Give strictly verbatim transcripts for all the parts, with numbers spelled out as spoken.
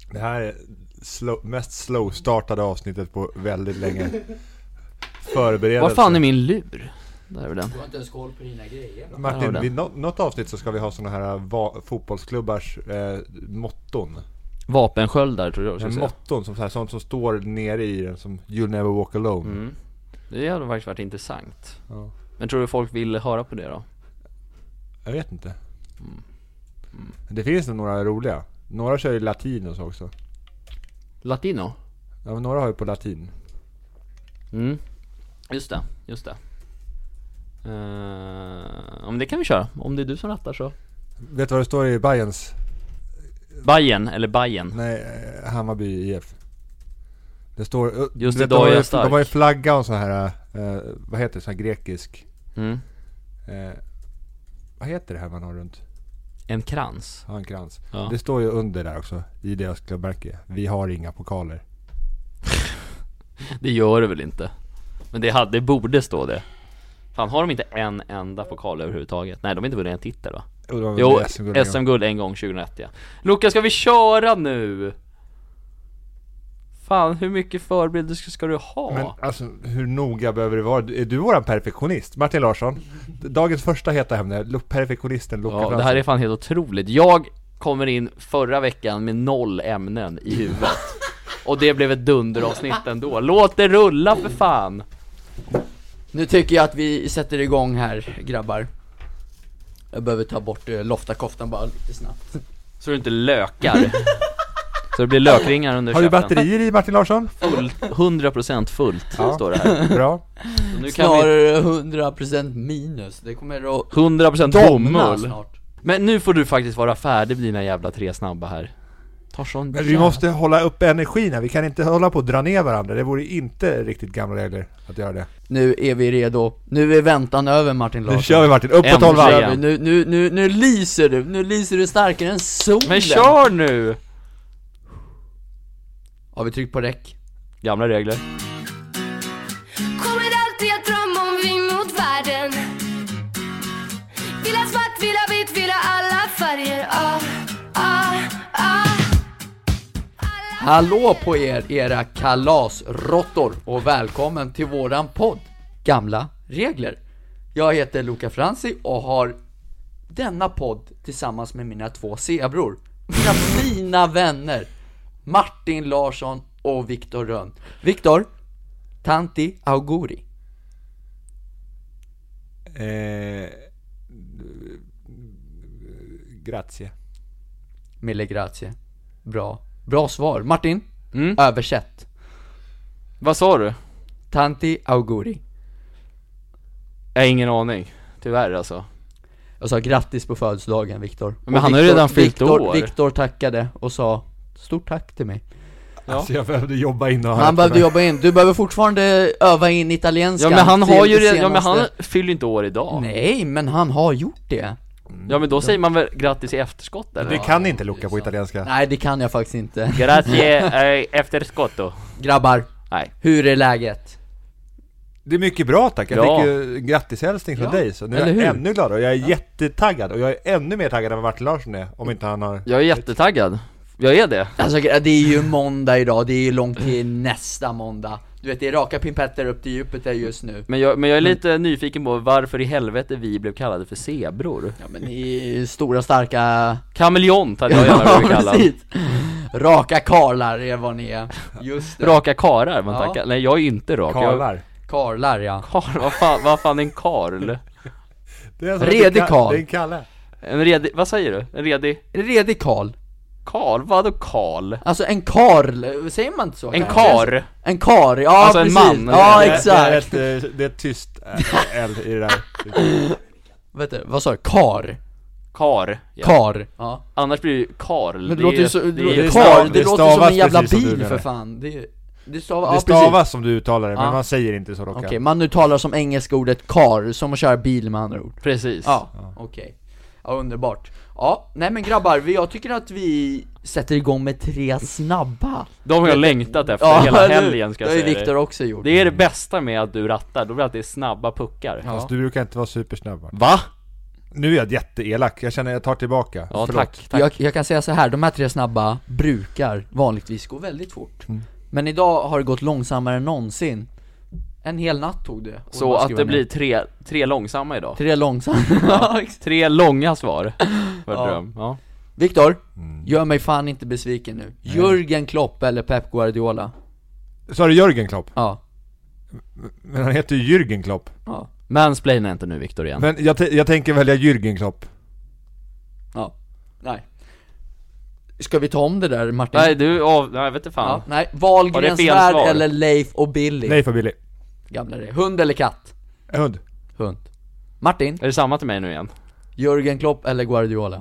Det här är slow, mest slow-startade avsnittet på väldigt länge. Förberedelse. Vad fan är min lur? Där är den. Du har inte ens koll på dina grejer. Martin, vid no- något avsnitt så ska vi ha såna här va- fotbollsklubbars eh, motton. Vapensköldar tror jag. En motton som, så här, sånt som står nere i den, som You'll never walk alone. Mm. Det hade faktiskt varit intressant. Ja. Men tror du folk vill höra på det då? Jag vet inte. Mm. Mm. Det finns nog några roliga. Några kör ju latinos också. Latino? Ja, men några har ju på latin. Mm. Just det, just det. Uh, om det kan vi köra. Om det är du som rattar så. Vet du vad det står i Bayerns? Bayern eller Bayern? Nej, Hammarby I F. Det står just det, idag de är har, jag stark. De har ju flagga och så här eh, vad heter det, så här grekisk. Mm. Eh, vad heter det här man har runt? En krans. Ja, en krans. Ja. Det står ju under där också i deras klubbmärke. Vi har inga pokaler. Det gör det väl inte. Men det hade det borde stå det. Fan, har de inte en enda pokal överhuvudtaget? Nej, de har inte vunnit en titel va? Jo, jo S M-guld en gång tjugohundraett, ja. Lukas, ska vi köra nu? Fan, hur mycket förberedelse ska du ha? Men alltså, hur noga behöver det vara? Är du våran perfektionist? Martin Larsson, dagens första heta ämne, perfektionisten Lukas. Ja, det här är fan helt otroligt. Jag kommer in förra veckan med noll ämnen i huvudet. Och det blev ett dunderavsnitt ändå. Låt det rulla för fan. Nu tycker jag att vi sätter igång här, grabbar. Jag behöver ta bort uh, loftakoftan bara lite snabbt. Så du inte lökar. Så det blir lökringar under Har du käften. batterier i, Martin Larsson? Fullt, hundra procent fullt, ja. Står det här. Bra. Nu kan snarare vi... hundra procent minus. Det kommer att hundra procent bomull snart. Men nu får du faktiskt vara färdig med dina jävla tre snabba här. Men vi jävla... måste hålla upp energin här. Vi kan inte hålla på att dra ner varandra. Det vore inte riktigt gamla regler att göra det. Nu är vi redo. Nu är väntan över, Martin Larsson. Nu kör vi, Martin, upp på tolv varv. Nu, nu, nu, nu lyser du. Nu lyser du starkare än solen. Men kör nu. Har vi tryckt på räck? Gamla regler. Kommer alltid att drömma om vi mot världen. Vill ha svart, vill ha vitt, vill ha alla färger. Ah, ah, ah. Hallå på er, era kalasrottor, och välkommen till våran podd Gamla regler. Jag heter Luca Franzi och har denna podd tillsammans med mina två zebror, mina fina vänner Martin Larsson och Viktor Rönn. Viktor, tanti auguri. Eh, grazie. Mille grazie. Bra. Bra svar. Martin, mm? översätt. Vad sa du? Tanti auguri. Jag har ingen aning, tyvärr alltså. Jag sa grattis på födelsedagen, Viktor. Men och han har ju redan fyllt år. Viktor tackade och sa stort tack till mig. Ja. Alltså jag behövde jobba in och Han behövde jobba in. Du behöver fortfarande öva in italienska. Ja, men han har ju redan, ja, men han fyller inte år idag. Nej, men han har gjort det. Mm. Ja, men då säger man väl grattis i efterskott eller? Det kan inte Luca på italienska. Nej, det kan jag faktiskt inte. Grazie eh, efterskott då. Grabbar, nej. Hur är läget? Det är mycket bra, tack. Jag ja. fick ju grattishälsning från ja. dig. Så nu är jag hur? ännu gladare. Och jag är ja. jättetaggad. Och jag är ännu mer taggad än vad Martin Larsson är. Om inte han har... Jag är jättetaggad. Jag är det. Alltså det är ju måndag idag. Det är ju långt till nästa måndag. Du vet, det är raka pimpetter upp till Jupiter just nu. Men jag, men jag är lite mm. nyfiken på varför i helvete vi blev kallade för zebror. Ja, men ni är stora, starka... Kameleont hade jag gärna blivit kallad. Raka karlar är vad ni är. Just det. Raka karar, man ja. tackar. Nej, jag är inte rak. Karlar. Jag... Karlar, ja. Karl, vad fan, vad fan är en karl? Det är alltså redig karl. Det är en kalle. En redig, vad säger du? En redig? En redig karl. Karl, vadå karl? Alltså en karl, säger man inte så? En kar. En kar, ja alltså precis. En man. Ja, det, exakt. Det är, ett, det är ett tyst L i det där. Vet du, vad sa du? Kar. Kar. Ja. Kar. Ja. Annars blir det ju Karl. Men det låter ju så, det, det, det, kar, det, det låter som en jävla bil som för fan. Det, det, stav, det ja, stavas som du uttalar det, men ja. man säger inte så. Okej, okay, man uttalar som engelska ordet kar, som att köra bil med andra ord. Precis. Ja, ja. okej. Okay. Ja, underbart. Ja, nej men grabbar, vi, jag tycker att vi sätter igång med tre snabba. De har jag längtat efter ja, hela helgen, ska jag säga. Det har Viktor också gjort. Det är det bästa med att du rattar, då blir det att det är snabba puckar. Ja. Fast du brukar inte vara supersnabb. Va? Nu är jag jätteelak, jag känner jag tar tillbaka. Ja, Förlåt. tack, tack. Jag, jag kan säga så här, de här tre snabba brukar vanligtvis gå väldigt fort. Mm. Men idag har det gått långsammare än någonsin. En hel natt tog det. Så att det blir tre, tre långsamma idag. Tre långsamma. Ja, tre långa svar. För Ja. dröm. Ja. Viktor, Mm. gör mig fan inte besviken nu. Jürgen Klopp eller Pep Guardiola? Så har du Jürgen Klopp? Ja. Men han heter ju Jürgen Klopp. Ja. Mansplaina inte nu, Viktor, igen. Men jag, t- jag tänker välja Jürgen Klopp. Ja. Nej. Ska vi ta om det där, Martin? Nej, du, oh, nej, jag vet inte fan. Ja. Nej, Var Wahlgrens det fel värld svar? eller Leif och Billy? Nej för Billy. Gamla det. Hund eller katt? Hund. Hund. Martin, Är det samma till mig nu igen? Jürgen Klopp eller Guardiola?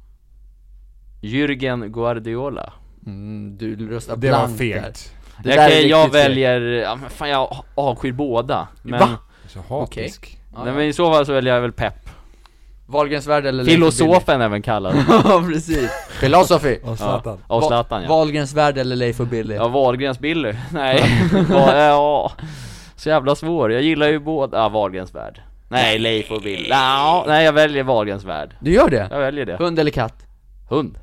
Jürgen Guardiola. Mm, du röstar Det var blankt där. fegt. Det Jag, där är kan, jag riktigt fegt. väljer, ja, men fan jag avskyr båda. Men, Va? Så hatisk. Ja, nej, ja. men i så fall så väljer jag väl Pep. Wahlgrens värld eller Leif och Billy? Filosofen även kallad. Ja, precis. Philosophy. Och Zlatan. Ja, och Zlatan, ja. Wahlgrens värld eller Leif och Billy? Ja, Wahlgrens Billy. Nej, Va- ja, så jävla svår. Jag gillar ju båda. Ja, Wahlgrens värld. Nej, Leif och Billy. Ja, nej, jag väljer Wahlgrens värld. Du gör det? Jag väljer det. Hund eller katt? Hund.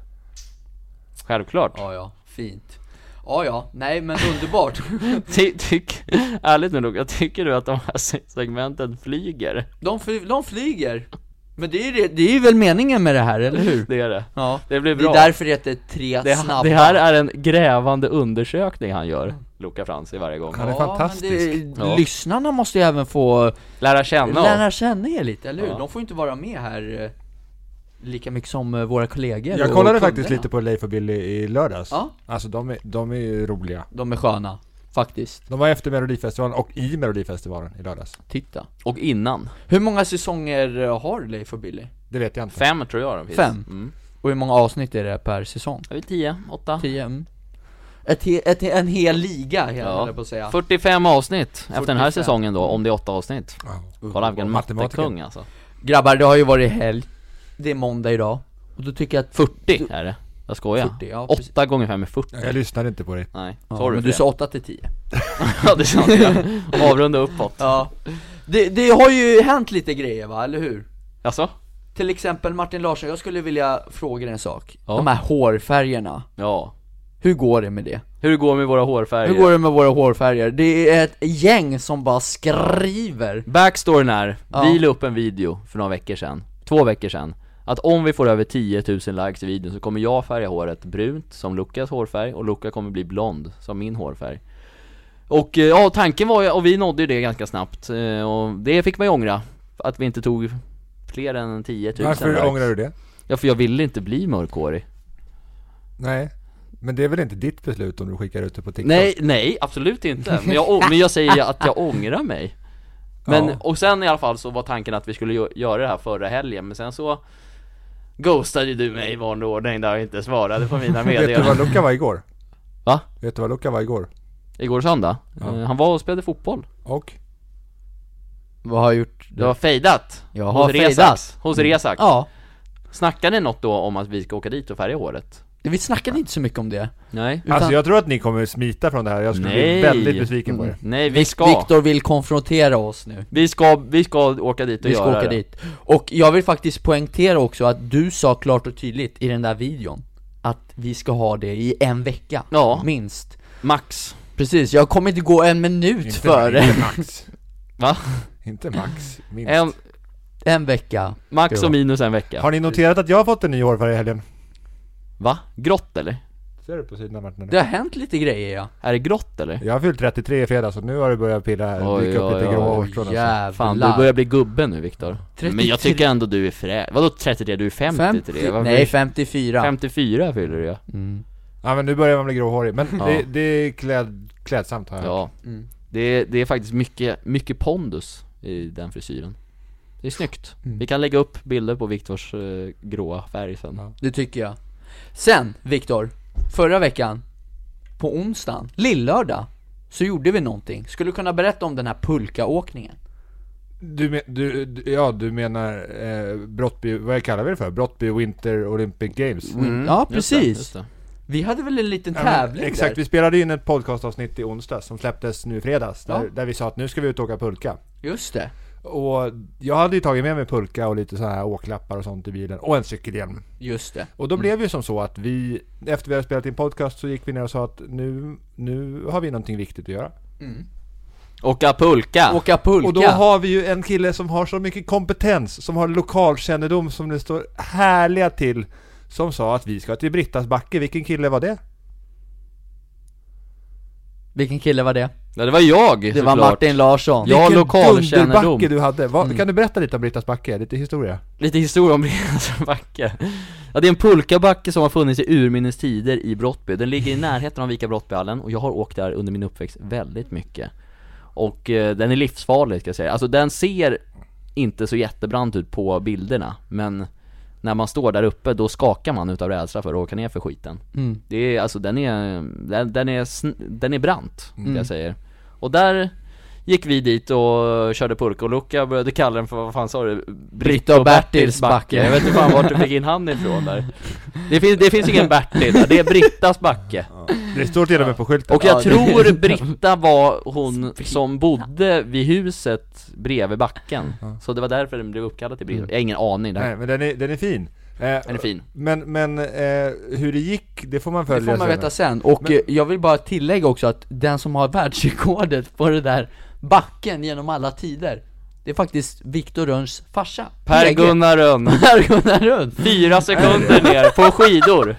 Självklart. Ja, ja, fint. Ja, ja, nej men underbart. Ty, tyck, ärligt nu nog, jag tycker du att de här segmenten flyger? De, fly, de flyger. Men det är ju det, det är ju väl meningen med det här, eller hur? Det är det. Ja, Det blir det bra. är därför det heter tre Det, snabba. det här är en grävande undersökning han gör, Luca Franzi, varje gång. Han är Ja, fantastisk. men det, Ja. lyssnarna måste ju även få Lära känna oss. lära känna er lite, eller hur? Ja. De får inte vara med här eh, lika mycket som eh, våra kollegor. Jag och kollade kunderna. faktiskt lite på Leif och Billy i lördags. Ja. Alltså de är, de är ju roliga. De är sköna, faktiskt. De var efter Melodifestivalen och i Melodifestivalen i lördags. Titta. Och innan. Hur många säsonger eh, har Leif och Billy? Det vet jag inte. Fem tror jag de finns. Fem. Mm. Och hur många avsnitt är det per säsong? Jag vet, tio, åtta. Tio? Mm. Ett, he, ett, en hel liga, hela Ja. ja. på att säga. fyrtiofem avsnitt efter den här fyrtiofem. säsongen då, om det är åtta avsnitt. Wow. Kolla vilken Matematiker. mattekung alltså. Grabbar, det har ju varit helg. Det är måndag idag. Och då tycker jag att fyrtio är det. Jag skojar. fyrtio, ja, precis. åtta gånger fem är fyrtio. Ja, jag lyssnade inte på dig. Nej, Ja, sorry men för du det. sa åtta till tio. Ja, det är sant, ja. Avrunda uppåt. Ja. Det, det har ju hänt lite grejer, va, eller hur? Alltså? Till exempel Martin Larsson, jag skulle vilja fråga dig en sak. Ja. De här hårfärgerna, Ja. hur går det med det? Hur går det med våra hårfärger? Hur går det med våra hårfärger? Det är ett gäng som bara skriver. Backstoryn är, Ja. vi la upp en video för några veckor sedan, två veckor sedan, att om vi får över tio tusen likes i videon så kommer jag färga håret brunt som Lukas hårfärg och Luca kommer bli blond som min hårfärg. Och eh, ja, tanken var ju, och vi nådde ju det ganska snabbt, eh, och det fick man ju ångra, att vi inte tog fler än tio tusen Varför likes. ångrar du det? Ja, för jag ville inte bli mörkhårig. Nej. Men det är väl inte ditt beslut om du skickar ut det på TikTok? Nej, nej, absolut inte. Men jag, å- men jag säger ju att jag ångrar mig. Men, Ja. och sen i alla fall så var tanken att vi skulle gö- göra det här förra helgen. Men sen så ghostade ju du mig i vanlig ordning där jag inte svarade på mina Vet du vad meddelanden. Luca var igår? Va? Vet du vad Luca var igår? Igår söndag? Ja. Eh, Han var och spelade fotboll. Och? Vad har jag gjort? Det var fejdat. Jag hos har Resak. fejdat. Hos Resak. Ja, Snackade ni något då om att vi ska åka dit och färga håret? vi snackade inte så mycket om det. Nej. Utan- Alltså jag tror att ni kommer smita från det här. Jag skulle Nej. bli väldigt besviken på Mm. det. Nej, vi ska. Viktor vill konfrontera oss nu. Vi ska, vi ska åka dit och Vi ska göra åka det. dit. Och jag vill faktiskt poängtera också att du sa klart och tydligt i den där videon att vi ska ha det i en vecka, Ja. minst. Max. Precis, jag kommer inte gå en minut Inte, före. inte max. Va? Inte max, minst. En, En vecka. max Ska och det minus en vecka. Har ni noterat att jag har fått en ny hårfärg i helgen? Va? Grått eller? Ser du på sidan av Martin? Det har hänt lite grejer, ja. Är det grått eller? Jag har fyllt trettiotre i fredags och nu har det börjat pilla här. Oj, Dyka upp oj, lite oj, gråa oj, hårstrån alltså. Jävlar. Fan, du börjar bli gubbe nu, Viktor. trettiotre. Men jag tycker ändå du är frä. Vadå trettiotre? Du är femtiotre? Varför? Nej, femtiofyra. femtiofyra fyller du, ja. Mm. Ja men nu börjar man bli gråhårig. Men Ja. det, det är kläd, klädsamt har jag. Ja. Mm. Det är, det är faktiskt mycket, mycket pondus i den frisyren. Det är snyggt. Mm. Vi kan lägga upp bilder på Viktors eh, gråa färg sen. Ja. Det tycker jag. Sen, Viktor, förra veckan på onsdagen, lillördag, så gjorde vi någonting. Skulle du kunna berätta om den här pulkaåkningen? Du, men, du, du, ja, du menar eh, Brottby, vad kallar vi det för? Brottby Winter Olympic Games. Mm, Ja, just det, precis. just det. Vi hade väl en liten Ja, men tävling exakt, där. vi spelade in ett podcastavsnitt i onsdag som släpptes nu i fredags där, Ja. där vi sa att nu ska vi ut och åka pulka. Just det. Och jag hade ju tagit med mig pulka och lite så här åklappar och sånt i bilen. Och en cykelhjälm. Just det. Och då blev ju som så att vi, efter vi hade spelat in podcast, så gick vi ner och sa att nu, nu har vi någonting viktigt att göra. Mm. Åka pulka. Åka pulka. Och då har vi ju en kille som har så mycket kompetens, som har lokalkännedom som det står härliga till, som sa att vi ska till Brittas backe. Vilken kille var det? Vilken kille var det? Ja, det var jag. Det såklart. var Martin Larsson. Jag har Vilken lokalkännedom. dunderbacke du hade. Vad, Mm. Kan du berätta lite om Brittas backe? Lite historia. Lite historia om Brittas backe. Ja, det är en pulkabacke som har funnits i urminnes tider i Brottby. Den ligger i närheten av Vika Brottbyhallen, och jag har åkt där under min uppväxt väldigt mycket. Och eh, den är livsfarlig, ska jag säga. Alltså den ser inte så jättebrant ut på bilderna, men när man står där uppe, då skakar man utav rädsla för att åka ner för skiten. Mm. Det är, alltså den är, den, den är, sn- den är brant, Mm. jag säger. Och där gick vi dit och körde pulka, och Luca började kalla den för, vad fan sa du? Britta och Bertils backe. Jag vet inte fan vart du fick in han ifrån där. Det finns, det finns ingen Bertil där, det är Brittas backe. Det står till och med på skylten. Och jag Ja, det- tror Britta var hon som bodde vid huset bredvid backen. Så det var därför den blev uppkallad till Britta. Jag har ingen aning där. Nej, men den är, den är fin. Eh, Den är fin. Men, men eh, hur det gick, det får man Det följa får man sen. veta sen. Och Men- eh, jag vill bara tillägga också att den som har världsrekordet på det där backen genom alla tider, det är faktiskt Viktor Rönns farsa. Per Ege. Gunnar Rönn. Per Gunnar Rönn. Fyra sekunder ner på skidor.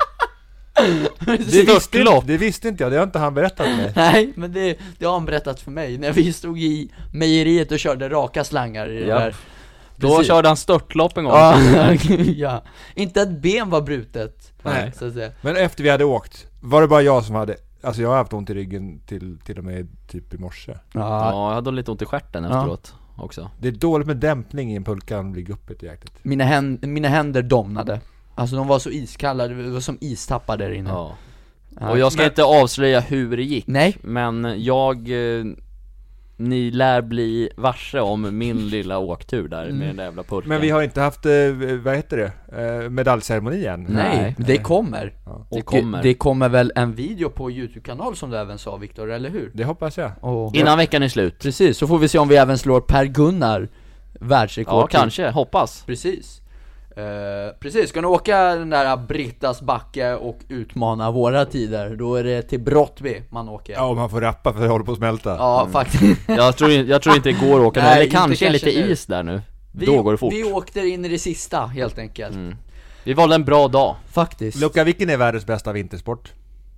Det visste, Störtlopp. det visste inte jag, det har inte han berättat för mig. Nej, men det, det har han berättat för mig när vi stod i mejeriet och körde raka slangar i det Ja. där. Då Precis. körde han störtlopp en gång. Ja, ja. Inte ett ben var brutet. Nej. Så att säga. Men efter vi hade åkt, var det bara jag som hade, alltså jag har haft ont i ryggen till, till och med typ i morse. Ja. Ja, jag hade lite ont i stjärten Ja. efteråt också. Det är dåligt med dämpning i en pulka, han blir guppigt i jäkligt. Mina, hän- mina händer domnade. Alltså de var så iskalla, det var som istappar där inne. Ja. Ja. Och jag ska Men- inte avslöja hur det gick. Nej. Men jag eh, ni lär bli varse om min lilla åktur där med den där jävla pulken. Men vi har inte haft, eh, vad heter det, eh, medaljceremoni än. Nej, Nej. det kommer. Ja. Det Och kommer. det kommer väl en video på YouTube-kanal som du även sa, Viktor, eller hur? Det hoppas jag. Och, Innan veckan är slut. Precis, så får vi se om vi även slår Per Gunnar världsrekord. Ja, kanske, hoppas. Precis. Eh, precis, ska ni åka den där Brittas backe och utmana våra tider, då är det till Brottby man åker. Ja, om man får rappa för det håller på att smälta. Ja, faktiskt. Jag tror, in- jag tror inte det går att åka nu. Nej, Eller inte kanske kanske lite nu. is där nu. Vi, Då går det fort. vi åkte in i det sista, helt enkelt. Mm. Vi valde en bra dag. Faktiskt. Luca, vilken är världens bästa vintersport?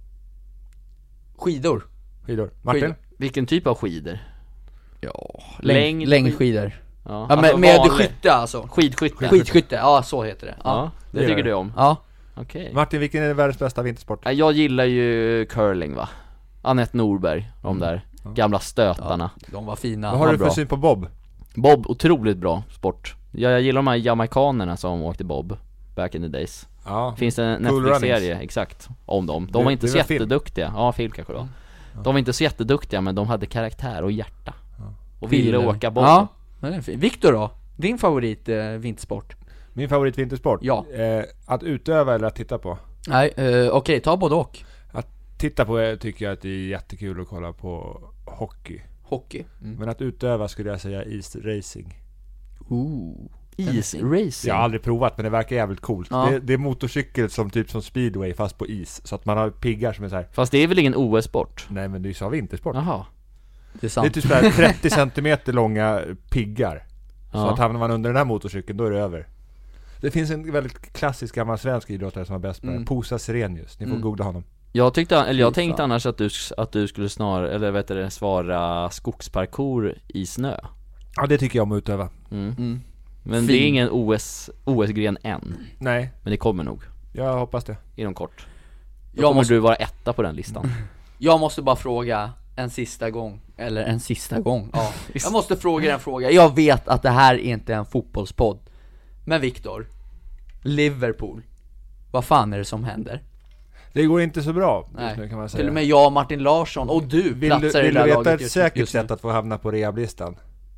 Skidor. Skidor. Martin? Skidor. Vilken typ av skidor? Ja, Längd- längd, längdskidor. Ja, Ja, alltså med, med vanlig- skytte alltså. Skidskytte. Skidskytte, ja så heter det. Ja, Ja. det det tycker gör du det. om. Ja. Okej. Martin, vilken är världens bästa vintersport? Ja, jag gillar ju curling, va. Anette Norberg, de där gamla stötarna. De var fina. Vad har ja, du för bra. syn på bob? Bob, otroligt bra sport. Jag, jag gillar de här jamaikanerna som åkte bob back in the days. Ja. Finns det en Cool Netflix-serie, Runnings. exakt, om dem. De Det- var inte det så var film. jätteduktiga. Ja, film kanske då. De var inte så jätteduktiga, men de hade karaktär och hjärta. Och ville Film. åka bob. Ja, men det är fint. Viktor då? Din favorit eh, vintersport? Min favorit vintersport? Ja. Eh, att utöva eller att titta på? Nej, eh, okej, ta både och. Titta på eh, tycker jag att det är jättekul att kolla på hockey. Hockey. Mm. Men att utöva skulle jag säga isracing. Ooh. Is-racing. Jag har aldrig provat, men det verkar jävligt coolt. Ja. Det, det är motorcykel som typ som speedway fast på is. Så att man har piggar som är så här. Fast det är väl ingen O S-sport? Nej, men det är ju så vintersport. Jaha. Det är Det är sant. typ så här trettio centimeter långa piggar. Så Ja. att hamnar man under den här motorcykeln, då är det över. Det finns en väldigt klassisk gammal svensk idrottare som var bäst på Mm. det. Posa Serenius. Ni får Mm. googla honom. Jag tyckte, eller jag Fy tänkte fan. annars att du, att du skulle snarare, eller vet du, svara skogsparkour i snö. Ja, det tycker jag om att utöva. Mm. Mm. Men Fin. det är ingen O S, O S-gren än. Nej, Men det kommer nog, jag hoppas det. inom kort. Då Jag kommer måste- du vara etta på den listan. Jag måste bara fråga en sista gång. Eller en sista gång, ja. Jag måste fråga en fråga. Jag vet att det här är inte en fotbollspodd. Men Viktor, Liverpool, vad fan är det som händer? Det går inte så bra just Nej. nu kan man säga. Till och med jag, Martin Larsson och du Vill du, platsar i vill det du där veta laget ett just- säkert just nu. sätt att få hamna på rehablistan?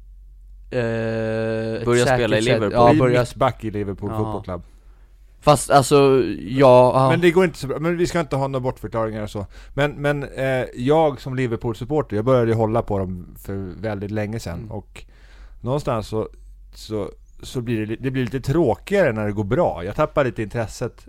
Eh, ett Börja säkert spela i sätt- Liverpool. Ja, Bli börja. mittback i Liverpool Ja. Football Club. Fast alltså, ja, ja. Men det går inte så bra. Men vi ska inte ha några bortförklaringar och så. Men, men eh, jag som Liverpool-supporter, jag började hålla på dem för väldigt länge sedan. Mm. Och någonstans så, så, så blir det, det blir lite tråkigare när det går bra. Jag tappar lite intresset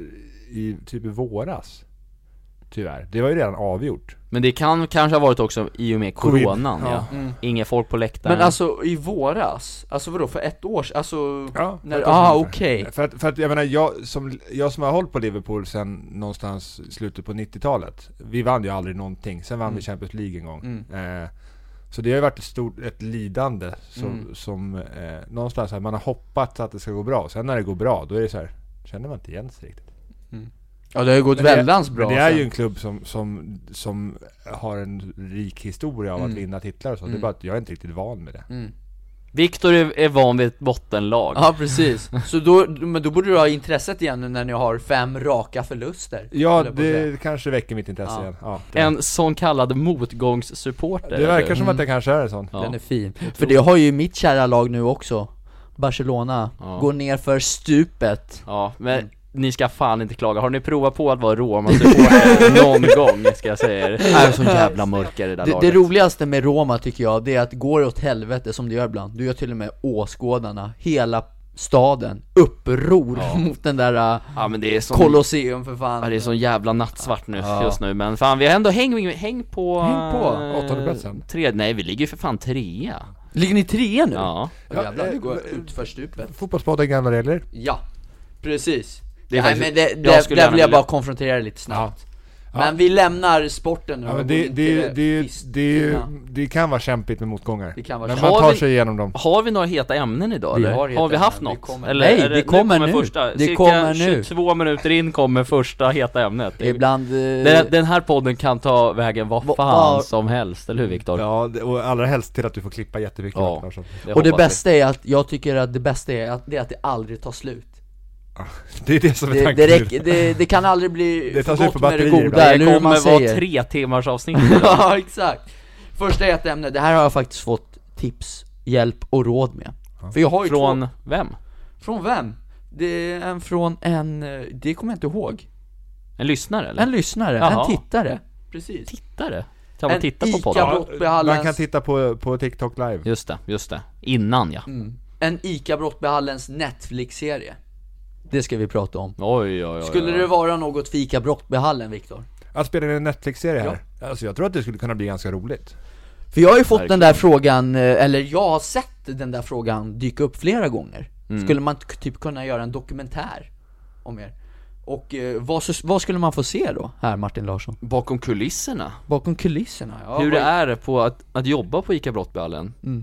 i typ i våras. Tyvärr. Det var ju redan avgjort. Men det kan kanske ha varit också i och med coronan, ja. ja. Mm. Inga folk på läktaren. Men alltså i våras, alltså vadå, för ett år sedan? Alltså, Ja, när, för att- ah okej För att, för att jag menar, jag som, jag som har hållit på Liverpool sen någonstans i slutet på nittiotalet. Vi vann ju aldrig någonting. Sen vann Mm. vi Champions League en gång. Mm. Eh, så det har ju varit ett stort ett lidande som, Mm. som eh, någonstans här, man har hoppats att det ska gå bra. Sen när det går bra, då är det så här, känner man inte igen sig riktigt. Ja, det har ju gått Men det- väldans bra Men det är sen. ju en klubb som, som, som har en rik historia av Mm. att vinna titlar och så. Det är Mm. bara att jag är inte riktigt van med det. Mm. Viktor är, är van vid ett bottenlag. Ja, precis. Så då, men då borde du ha intresset igen nu när ni har fem raka förluster. Ja, höll jag på att säga. det kanske väcker mitt intresse Ja. igen. Ja, det, En sån kallad motgångssupporter. det verkar eller? som att det kanske är en sån. Ja. Den är fin. För det har ju mitt kära lag nu också. Barcelona Ja. går ner för stupet. Ja, men mm. ni ska fan inte klaga. Har ni provat på att vara Roma-supporter någon gång, ska jag säga er? Det är så jävla mörkare det där Det, laget. det roligaste med Roma tycker jag, det är att går det åt helvete som det gör ibland, du gör till och med åskådarna, hela staden, uppror Ja. mot den där uh, Ja, men det är sån, Colosseum för fan. ja, det är så jävla nattsvart nu Ja. just nu. Men fan, vi har ändå häng, häng på Häng på, eh, åttonde platsen. Tredje, nej, vi ligger ju för fan trea. Ligger ni trea nu? Ja. Åh, jävlar, Ja, det går eh, ut för stupet. Fotbollspodden, gamla regler. Ja, precis. Det är Nej, faktiskt- men det, jag det, skulle där gärna vill jag vilja- bara konfrontera det lite snabbt. Ja. Men vi lämnar sporten nu. Ja, och men går det, in det, till det, fist- det, det, Ja. det kan vara kämpigt med motgångar. Det kan vara Men kämpigt. man Har tar vi- sig igenom dem. Har vi några heta ämnen idag Vi eller? har Har, heta vi haft ämnen. något? Det kommer- Eller, Nej, är det kommer nu. Första, Det cirka kommer nu. tjugotvå minuter in kommer första heta ämnet. Ibland... eh, Den, den här podden kan ta vägen vad Va- fan va- som helst, eller hur Viktor? Ja, det- och allra helst till att du får klippa jättemycket. Ja. Larsson. Och det hoppas bästa är att, jag tycker att det bästa är att det, är att det aldrig tar slut. Det är det som är Det, tanken. det, räcker, det, det kan aldrig bli Det tar för slut gott på med det batterier goda, Det eller hur man kommer vara säger. tre timmars avsnitt. Ja, exakt. Första är ett ämne, det här har jag faktiskt fått tips, hjälp och råd med. För jag har ju Från två... vem? Från vem? Det är en från en, eh, det kommer jag inte ihåg. En lyssnare eller? En lyssnare, Jaha. en tittare. Precis. tittare? Kan man En titta på Ica podden? Brott- Brottbyhallens- Man kan titta på, på TikTok live. Just det, just det. Innan ja. Mm. En Ica Brottbyhallens Netflix-serie. Det ska vi prata om. Oj, oj, oj. Skulle oj. det vara något för Ica Brottbyhallen, Viktor? Att spela in en Netflix-serie här. Alltså jag tror att det skulle kunna bli ganska roligt. För jag har ju fått Verkligen. den där frågan, eh, eller jag har sett den där frågan dyka upp flera gånger. Mm. Skulle man t- typ kunna göra en dokumentär om er? Och eh, vad, så, vad skulle man få se då, här Martin Larsson? Bakom kulisserna? Bakom kulisserna, ja. Hur det vad- är på att, att jobba på Ica Brottbyhallen? Mm.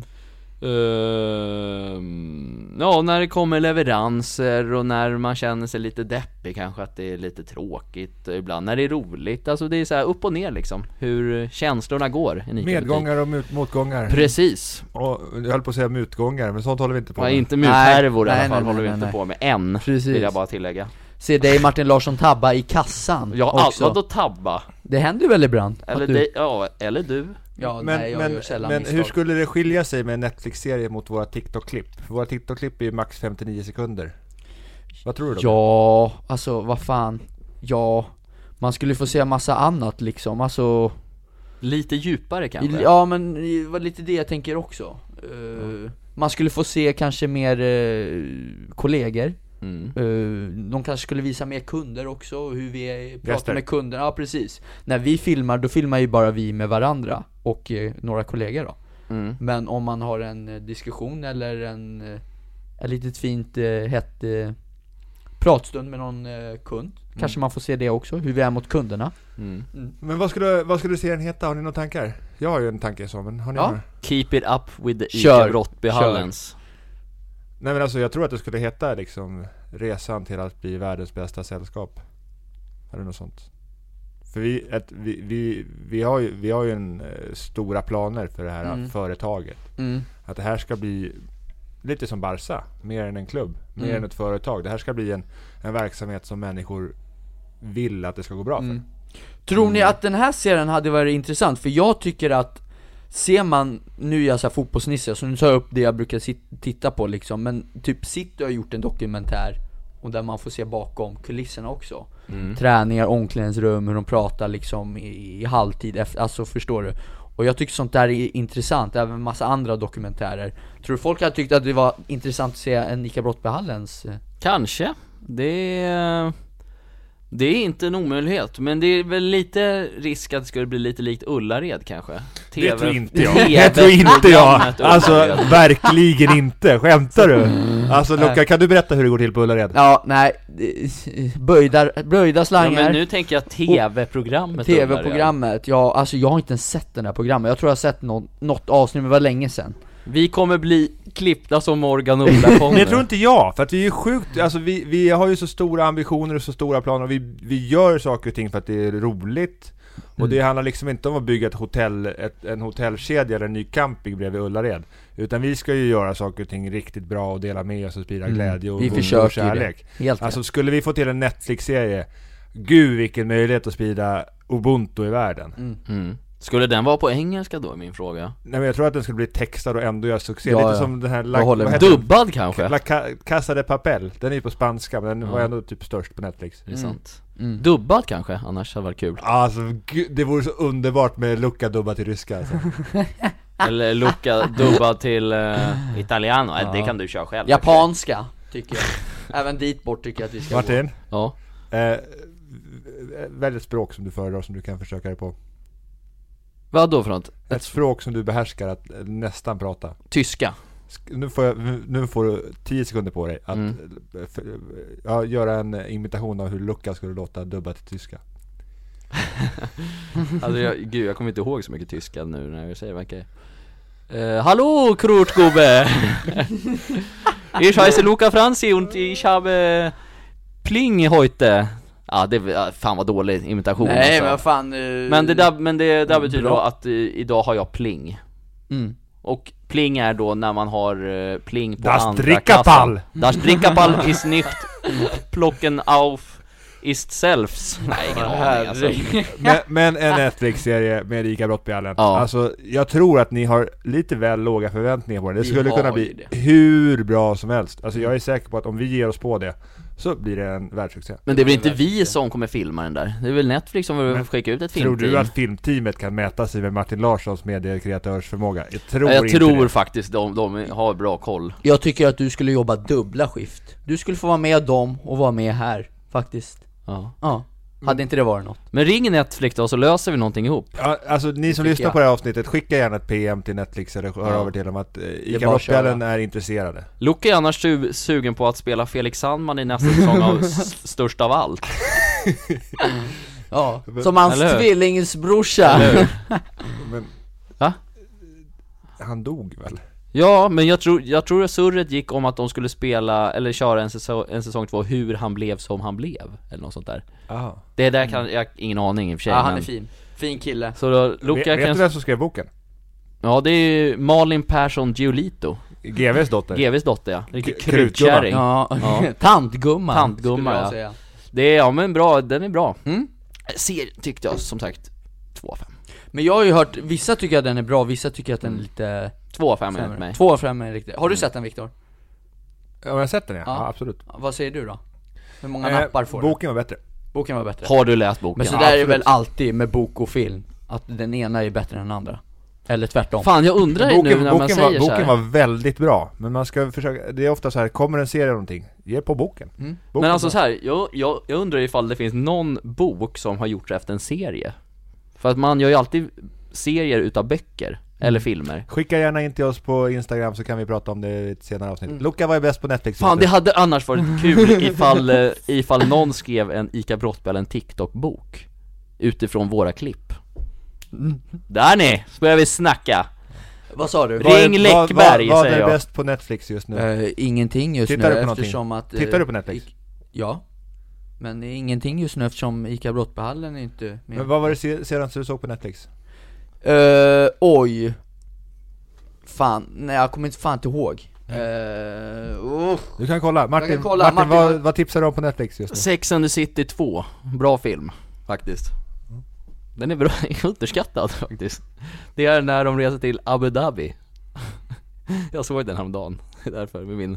Ehm, ja, när det kommer leveranser och när man känner sig lite deppig kanske, att det är lite tråkigt ibland, när det är roligt, alltså det är så här upp och ner liksom, hur känslorna går i en Ica-butik. Medgångar och mot- motgångar. Precis, Och jag höll på att säga mutgångar, men sånt håller vi inte på ja, med. inte muthärvor i Nej, alla fall nej, håller vi nej, inte nej. på med än, Precis. vill jag bara tillägga. Se dig Martin Larsson tabba i kassan Ja, också. vadå tabba? Det händer väl ibland? att Eller, du... dig, ja, eller du? Ja, Men, nej, jag men, gör sällan men misstag. hur skulle det skilja sig med en Netflix-serie mot våra TikTok-klipp? För våra TikTok-klipp är ju max femtionio sekunder. Vad tror du då? Ja, alltså vad fan. Ja, man skulle få se massa annat liksom, alltså. Lite djupare kanske? Ja, men det var lite det jag tänker också. Uh, man skulle få se kanske mer uh, kollegor. Mm. Uh, de kanske skulle visa mer kunder också, hur vi är, pratar Gäster. med kunderna. Ja, precis. När vi filmar, då filmar ju bara vi med varandra och uh, några kollegor då. Mm. Men om man har en uh, diskussion eller en, uh, ett litet fint uh, hett uh, pratstund med någon uh, kund, kanske man får se det också, hur vi är mot kunderna. Mm. Men vad skulle, vad skulle serien heta? Har ni några tankar? Jag har ju en tanke så, men har ni Ja. några? Keep it up with the Kör, Ica Brottbyhallens. Nej men alltså jag tror att det skulle heta liksom resan till att bli världens bästa sällskap. Eller något sånt. För vi, ett, vi, vi, vi, har ju, vi har ju en eh, stora planer för det här Mm. företaget. Mm. Att det här ska bli lite som Barca, mer än en klubb, mer Mm. än ett företag. Det här ska bli en, en verksamhet som människor vill att det ska gå bra för. Mm. Tror ni att den här serien hade varit intressant? För jag tycker att ser man, nu är jag så här fotbollsnisse, så nu tar jag upp det jag brukar sit, titta på liksom, men typ City har gjort en dokumentär och där man får se bakom kulisserna också. Mm. Träningar, omklädningsrum, hur de pratar liksom i, i halvtid efter, alltså förstår du? Och jag tycker sånt där är intressant, även massa andra dokumentärer. Tror du folk hade tyckt att det var intressant att se en Ica Brottbyhallens? Kanske. Det är, det är inte en omöjlighet. Men det är väl lite risk att det skulle bli lite likt Ullared kanske. T V, det tror inte jag. T V Det tror inte jag. Alltså, Ullared. verkligen inte. Skämtar du? Alltså, Luca, kan du berätta hur det går till på Ullared? Ja, nej. Böjda, böjda Ja, slangar. men nu tänker jag T V-programmet. T V-programmet, ja, alltså jag har inte ens sett den här programmet. Jag tror jag har sett något, något avsnitt, men det var länge sedan. Vi kommer bli klippta som Morgan och Ola kommer. Det tror inte jag, för att vi är sjukt, alltså vi, vi har ju så stora ambitioner och så stora planer, och vi, vi gör saker och ting för att det är roligt. Och Mm. det handlar liksom inte om att bygga ett hotell, ett, en hotellkedja eller en ny camping bredvid Ullared. Utan vi ska ju göra saker och ting riktigt bra och dela med oss och sprida Mm. glädje och, Vi och, försöker och kärlek. det. Helt Alltså rätt. skulle vi få till en Netflix-serie, gud vilken möjlighet att sprida Ubuntu i världen. Mm. Mm. Skulle den vara på engelska då, är min fråga? Nej, men jag tror att den skulle bli textad och ändå göra succé. Ja, Lite ja. som den här Jag håller vad med. heter den? Dubbad kanske? La Ca- Casa de Papel. Den är ju på spanska, men den Ja. var ändå typ störst på Netflix. Det är sant. Mm. Dubbad kanske, annars hade det varit kul. Alltså, gud, det vore så underbart med Luca dubba till ryska alltså. Eller Luca dubbad till uh, italiano, Ja. det kan du köra själv. Japanska, tycker jag. Även dit bort tycker jag att vi ska Martin, gå. Ja. eh, välj ett språk som du föredrar som du kan försöka dig på. Vad då för något? Ett språk som du behärskar att eh, nästan prata. Tyska. Sk- Nu får, jag, nu får du tio sekunder på dig att Mm. eh, för, ja, göra en imitation av hur Luca skulle låta dubba till tyska. Alltså jag, gud, jag kommer inte ihåg så mycket tyska nu när jag säger det. Verkar. Uh, Hallå Krutgubbe! Ich heiße Luca Franzi und ich habe Pling heute. Ja, det är fan vad dålig imitation. Nej, alltså. men vad fan. Uh, Men det där, men det där betyder bra. då att uh, idag har jag pling. Mm. Och pling är då när man har uh, pling på Das andra Drickapall! kassan. Das Drickapall ist nicht plocken auf ist selbst. Nej, ingen aning alltså. Men, men en Netflix-serie med Ica Brottbyhallen. Ja. Alltså, jag tror att ni har lite väl låga förväntningar på den. Det Vi skulle har kunna ju bli det. hur bra som helst. Alltså, jag är säker på att om vi ger oss på det så blir det en världssuccé. Men det är väl inte vi som kommer filma den där. Det är väl Netflix som vill Men skicka ut ett Tror filmteam. du att filmteamet kan mäta sig med Martin Larssons mediekreatörsförmåga? Jag tror Jag inte tror det. faktiskt de, de har bra koll. Jag tycker att du skulle jobba dubbla skift. Du skulle få vara med dem och vara med här, faktiskt. Ja. Ja, hade inte det varit något? Men ring Netflix då så löser vi någonting ihop. Ja, alltså ni som Tycker lyssnar jag. på det här avsnittet, skicka gärna ett P M till Netflix eller hör Ja. över till dem att eh, är Ica bara att köra. Brottbyhallen är intresserade. Luca är annars su- sugen på att spela Felix Sandman i nästa säsong av s- Störst av allt. Ja, som hans Eller hur? tvillingsbrorsa. Eller hur? Men Va? han dog väl? Ja, men jag tror, jag tror att surret gick om att de skulle spela eller köra en säsong, en säsong två hur han blev som han blev eller något sånt där. Aha. Det där kan jag ingen aning i och för sig. Ja, han men- är fin. Fin kille. Så då, Vet, Luca vet kan... du vem som skrev boken? Ja, det är ju Malin Persson Giolito, G V:s dotter. G V:s dotter, ja. Riktigt K- krutgumma. krutkärring. Ja, Ja. tantgumma. Tantgumma, skulle jag ja. säga. Det är, ja men bra, den är bra. Mm. Ser, tyckte jag som sagt två av fem. Men jag har ju hört, vissa tycker att den är bra, vissa tycker att den är lite två av fem enligt sämre. mig. Två av fem är riktigt. Har du sett den, Viktor? Ja, jag har sett den, ja. Ja. Ja, absolut. Vad säger du då? Hur många Eh, nappar får den? boken var bättre. Boken var bättre. Har du läst boken? Men så Ja, där är absolut. väl alltid med bok och film, att den ena är bättre än den andra. Eller tvärtom. Fan, jag undrar nu Boken, när man boken, säger var, så boken här. var väldigt bra. Men man ska försöka, det är ofta så här, kommer en serie eller någonting, ge på boken. Mm. boken Men alltså var- så här, jag, jag, jag undrar ifall det finns någon bok som har gjorts efter en serie. För att man gör ju alltid serier utav böcker eller filmer. Skicka gärna in till oss på Instagram så kan vi prata om det i ett senare avsnitt. Mm. Luca var ju bäst på Netflix. Fan, det hade annars varit kul ifall, eh, ifall någon skrev en Ica Brottbyhallen en TikTok-bok utifrån våra klipp. Där ni, så börjar vi snacka. Vad sa du? Ring Läckberg, vad, vad säger är jag. bäst på Netflix just nu? Eh, ingenting just Tittar nu du på någonting? eftersom att eh, Tittar du på Netflix? I- ja. Men det är ingenting just nu eftersom Ica Brottbyhallen är inte med. Men vad var det se- senaste du såg på Netflix? Eh, oj. Fan, nej jag kommer inte fan inte ihåg. Eh, oh. Du kan kolla. Martin, kan kolla. Martin, Martin, vad, vad- vad tipsar du om på Netflix just nu? Sex and the City två, bra film faktiskt. Den är bra, underskattad faktiskt. Det är när de reser till Abu Dhabi. Jag såg den häromdagen, därför med min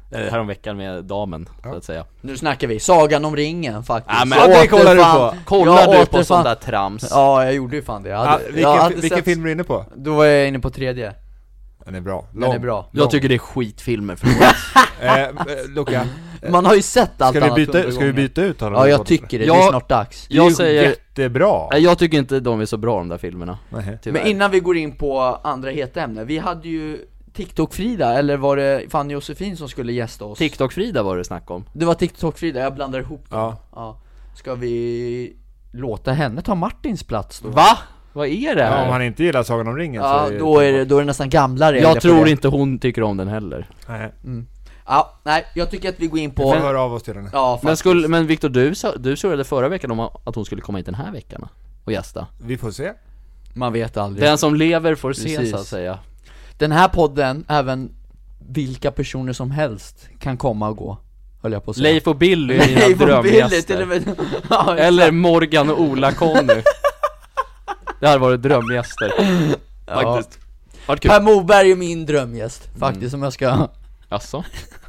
eh, häromveckan med damen, Ja. så att säga. Nu snackar vi Sagan om ringen faktiskt. Ja, men Jag det kollar du återfann- på. Kollar jag du på återfann- sånt där trams? Ja, jag gjorde ju fan det. Jag hade, Ah, jag vilken hade vilken sett- film är du inne på? Då var jag inne på tredje. Den är bra. Den är bra. Jag tycker det är skitfilmer för eh, eh, Luca, Man har ju sett allt ska vi annat byta, hundra ska vi gånger. byta ut honom? Ja, jag tycker det. Det är Jag- snart dags. Det är ju Jag säger, jättebra. nej, jag tycker inte de är så bra de där filmerna. Nej. Tyvärr. Men innan vi går in på andra heta ämnen, vi hade ju TikTok-Frida, eller var det Fanny Josefin som skulle gästa oss? TikTok-Frida var det snack om. Det var TikTok-Frida, jag blandar ihop dem. Ja. Ja. Ska vi låta henne ta Martins plats då? Va? Vad är det Ja, här? om han inte gillar Sagan om ringen Ja, så är då är det, då är det nästan gamla regler Jag på tror det. inte hon tycker om den heller. Nej, Ja, nej, jag tycker att vi går in vi på... får höra av oss till henne. Ja, faktiskt. Men, skulle, men Victor, du, sa- du surrade förra veckan om att hon skulle komma hit den här veckan och gästa. Vi får se. Man vet aldrig. Den som lever får se, Precis. så att säga. Den här podden, även vilka personer som helst kan komma och gå, höll jag på att säga. Leif och Billy är Leif mina och Billy, till drömgäster. och med. Ja, exakt. Eller Morgan och Ola-Conny. Det hade varit drömgäster. Faktiskt. Vart kul. Per Moberg är min drömgäst, faktiskt, om jag ska... Asså?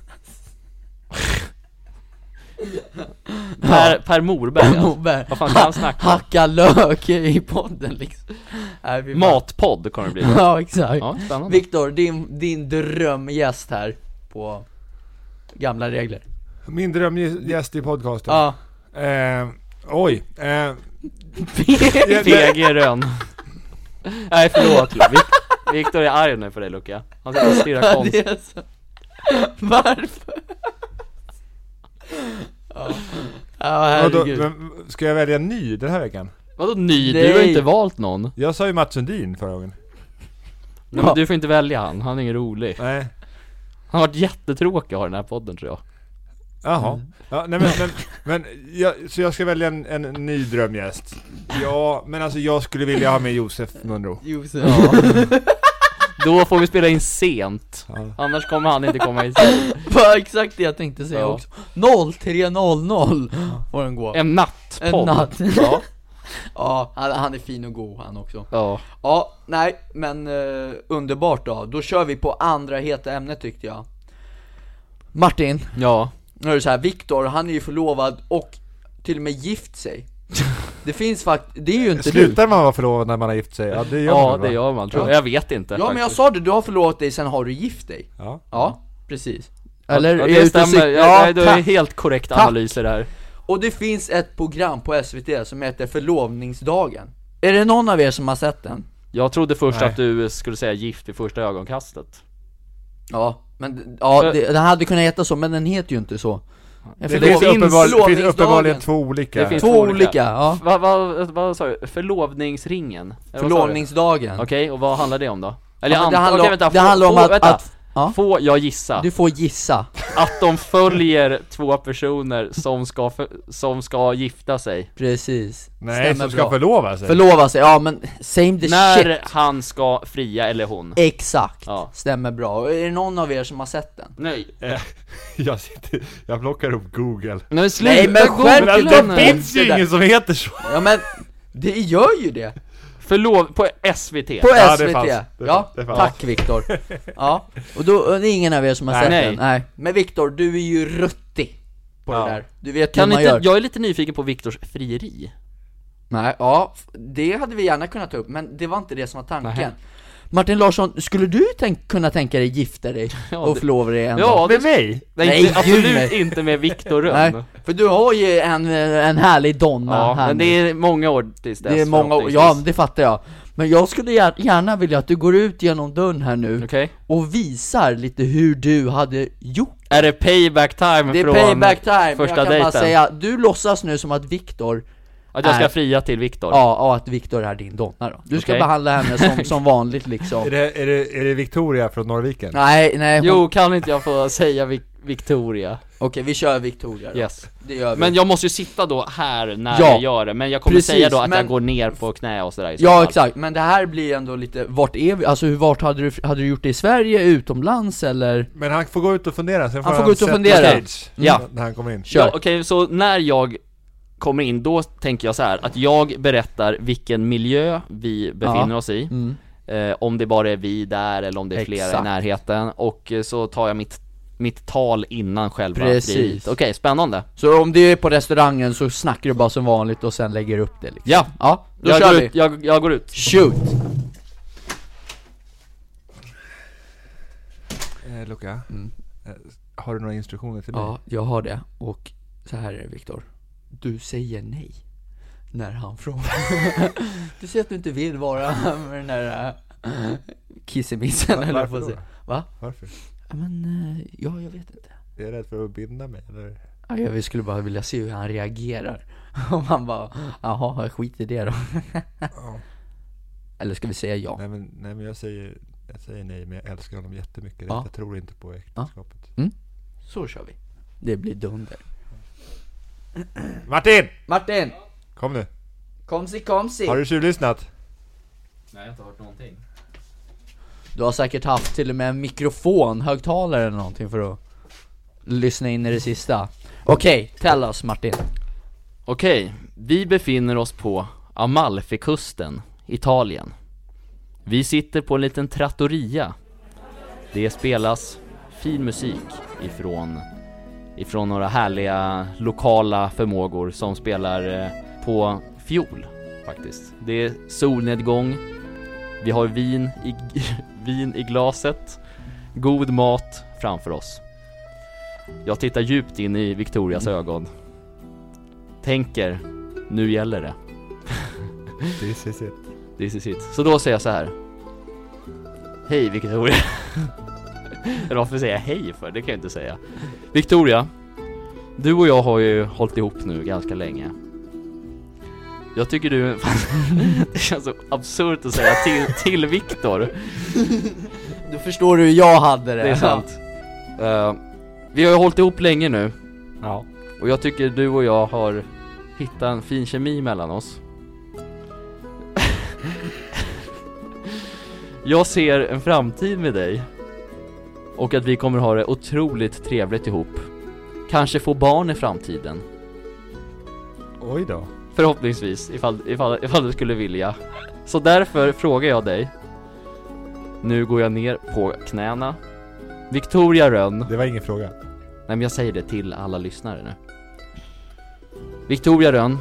Per, per Morberg, Per alltså. Moberg. Vad fan kan han snacka om? Hacka lök i podden liksom. Nej, vi bara- Matpodd kommer det bli. Ja, exakt. Ja, spännande. Viktor, din, din drömgäst här på Gamla Regler. Min drömgäst i podcasten. Ja. Eh, oj. Eh, P G Rönn. Nej, förlåt. Vic- Victor är arg nu för dig, Luca. Han ska stirra konst. Det är så. Varför? Ja, ja vadå, herregud. men, ska jag välja en ny den här veckan? Vadå ny? Du Nej. har inte valt någon. Jag sa ju Mats Sundin förra gången. Nej, men du får inte välja han, han är ingen rolig. Nej. Han har varit jättetråkig att ha den här podden, tror jag. Jaha. Mm. Ja, nej men, men, men jag, så jag ska välja en, en ny drömgäst. Ja, men alltså jag skulle vilja ha med Josef Munro. Josef. Ja. Då får vi spela in sent. Ja. Annars kommer han inte komma in sent. Var exakt det jag tänkte säga Ja. också. noll tre noll noll får den gå. En nattpodd. En natt. Ja. Ja, han, han är fin och god han också. Ja. Ja, nej, men eh, underbart då. Då kör vi på andra heta ämnet tyckte jag. Martin, Ja. nu är det så här, Viktor, han är ju förlovad och till och med gift sig. Det finns faktiskt, det är ju inte du. Slutar man vara förlovad när man har gift sig? Ja, det gör Ja, man, va? det gör man, tror jag. Jag vet inte. Ja, men jag faktiskt. sa det, du har förlovat dig, sen har du gift dig. Ja. Ja, precis. Eller, ja, är det jag ute och stämmer. cyk- Ja, ja, det är tack. helt korrekt Tack. analyser där. Och det finns ett program på S V T som heter Förlovningsdagen. Är det någon av er som har sett den? Jag trodde först Nej. att du skulle säga gift vid första ögonkastet. Ja, men ja, det, den hade kunnat heta så, men den heter ju inte så. Det Förlov- finns, uppenbar, det finns förlovningsdagen. uppenbarligen två olika. Det finns Två två olika, olika. ja. Vad va, va, sa du? Förlovningsringen? Eller vad sa du? Förlovningsdagen. Okej, och vad handlar det om då? Eller Ja, men det ant- handlar okej, om- vänta, det få- handlar om få- att- vänta. att- ja. Får jag gissa Du får gissa. att de följer två personer som ska, för, som ska gifta sig Precis. Nej, Stämmer som ska bra. förlova sig. Förlova sig, ja men same the när shit. han ska fria, eller hon. Exakt, Ja. stämmer bra. Och är det någon av er som har sett den? Nej. Eh, jag, sitter, jag plockar upp Google. Nej, sluta, Nej, men googla skärp Men alltså, dig nu. det finns ju Det där. ingen som heter så. Ja men, det gör ju det. Förlov på S V T. På Ja, S V det T. fanns. Det Ja, fanns. Det fanns. tack Viktor. Ja, och då och det är ingen av er som har Nej. sett Nej. den. Nej. Men Viktor, du är ju ruttig på Ja. det där. Du vet Kan hur man inte, gör. jag är lite nyfiken på Viktors frieri. Nej, ja, f- det hade vi gärna kunnat ta upp, men det var inte det som var tanken. Nähä. Martin Larsson, skulle du tänk, kunna tänka dig gifta dig Ja, och det- förlova dig en Ja, dag? Med mig? Nej, Nej, inte, gud, absolut nej. inte med Viktor Nej, Rönn. för du har ju en, en härlig donna Ja, här men nu. det är många år tills dess. Det är många år, ja det fattar jag. Men jag skulle gär- gärna vilja att du går ut genom dörren här nu Okej. och visar lite hur du hade gjort. Är det payback time Det är från payback time, första jag kan bara dejten? säga, du låtsas nu som att Viktor, Att jag ska är- fria till Viktor? ja, ja, att Viktor är din donna då. Du ska Okej. behandla henne som, som vanligt liksom. Är det, är, det, är det Victoria från Norrviken? Nej, nej, hon... Jo, kan inte jag få säga Vic- Victoria? Okej, vi kör Victoria då. Yes. Det gör vi. Men jag måste ju sitta då här när Ja. jag gör det. Men jag kommer Precis, säga då att men- jag går ner på knä och sådär i så Ja fall. exakt, men det här blir ändå lite, vart är vi? Alltså hur, vart hade du, hade du gjort det i Sverige, utomlands eller? Men han får gå ut och fundera, sen får Han får gå ut och sätta fundera. stage Ja. när han kommer in. Kör. Ja, okej, så när jag kommer in, då tänker jag så här att jag berättar vilken miljö vi befinner oss i. Mm. eh, Om det bara är vi där eller om det är flera Exakt. i närheten. Och eh, så tar jag mitt mitt tal innan själva Precis. frieriet. Okej, okay, spännande. Så om du är på restaurangen så snackar du bara som vanligt och sen lägger upp det liksom. Ja, ja då jag, kör går vi. ut, jag, jag går ut. Shoot. Eh, Luca, Mm. eh, har du några instruktioner till mig? Ja, jag har det. Och så här är det, Viktor. Du säger nej när han frågar. Du säger att du inte vill vara med den där äh, kissemissen. Va- eller varför vad då? säga. Va? Varför? Ja, men, äh, ja, jag vet inte. Är jag rädd för att binda mig, eller? Ja, jag skulle bara vilja se hur han reagerar. Om han bara, jaha, skit i det då. Ja. Eller ska vi säga ja? Nej, men, nej men jag säger, jag säger nej, men jag älskar honom jättemycket. Ja. Jag tror inte på äktenskapet. Så kör vi. Det blir dunder. Martin! Martin! Kom nu. Komsi, komsi! Har du tjuvlyssnat? Nej, jag har inte hört någonting. Du har säkert haft till och med en mikrofon, högtalare eller någonting för att lyssna in i det sista. Okej, okay, tell us Martin. Okej, okay, vi befinner oss på Amalfikusten, Italien. Vi sitter på en liten trattoria. Det spelas fin musik ifrån, ifrån några härliga lokala förmågor som spelar eh, på fiol faktiskt. Det är solnedgång. Vi har vin i, vin i glaset. God mat framför oss. Jag tittar djupt in i Victorias ögon. Tänker, nu gäller det. This is it. This is it. Så då säger jag så här. Hej Victoria. Eller varför säger jag hej för? Det kan jag inte säga. Victoria, du och jag har ju hållit ihop nu ganska länge. Jag tycker du... Det känns så absurt att säga till, till Viktor. Du förstår hur jag hade det. Det är sant. uh, Vi har ju hållit ihop länge nu. Ja. Och jag tycker du och jag har hittat en fin kemi mellan oss. Jag ser en framtid med dig. Och att vi kommer ha det otroligt trevligt ihop. Kanske få barn i framtiden. Oj då. Förhoppningsvis, ifall, ifall, ifall du skulle vilja. Så därför frågar jag dig. Nu går jag ner på knäna. Victoria Rönn. Det var ingen fråga. Nej, men jag säger det till alla lyssnare nu. Victoria Rönn.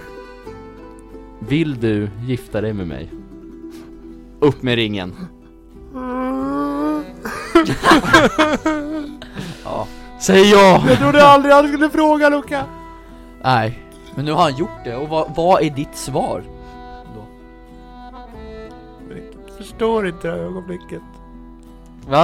Vill du gifta dig med mig? Upp med ringen. Ja. Säg ja. Jag trodde aldrig han skulle fråga, Luca. Nej, men nu har han gjort det. Och vad, vad är ditt svar? Då? Jag förstår inte det här ögonblicket. Va?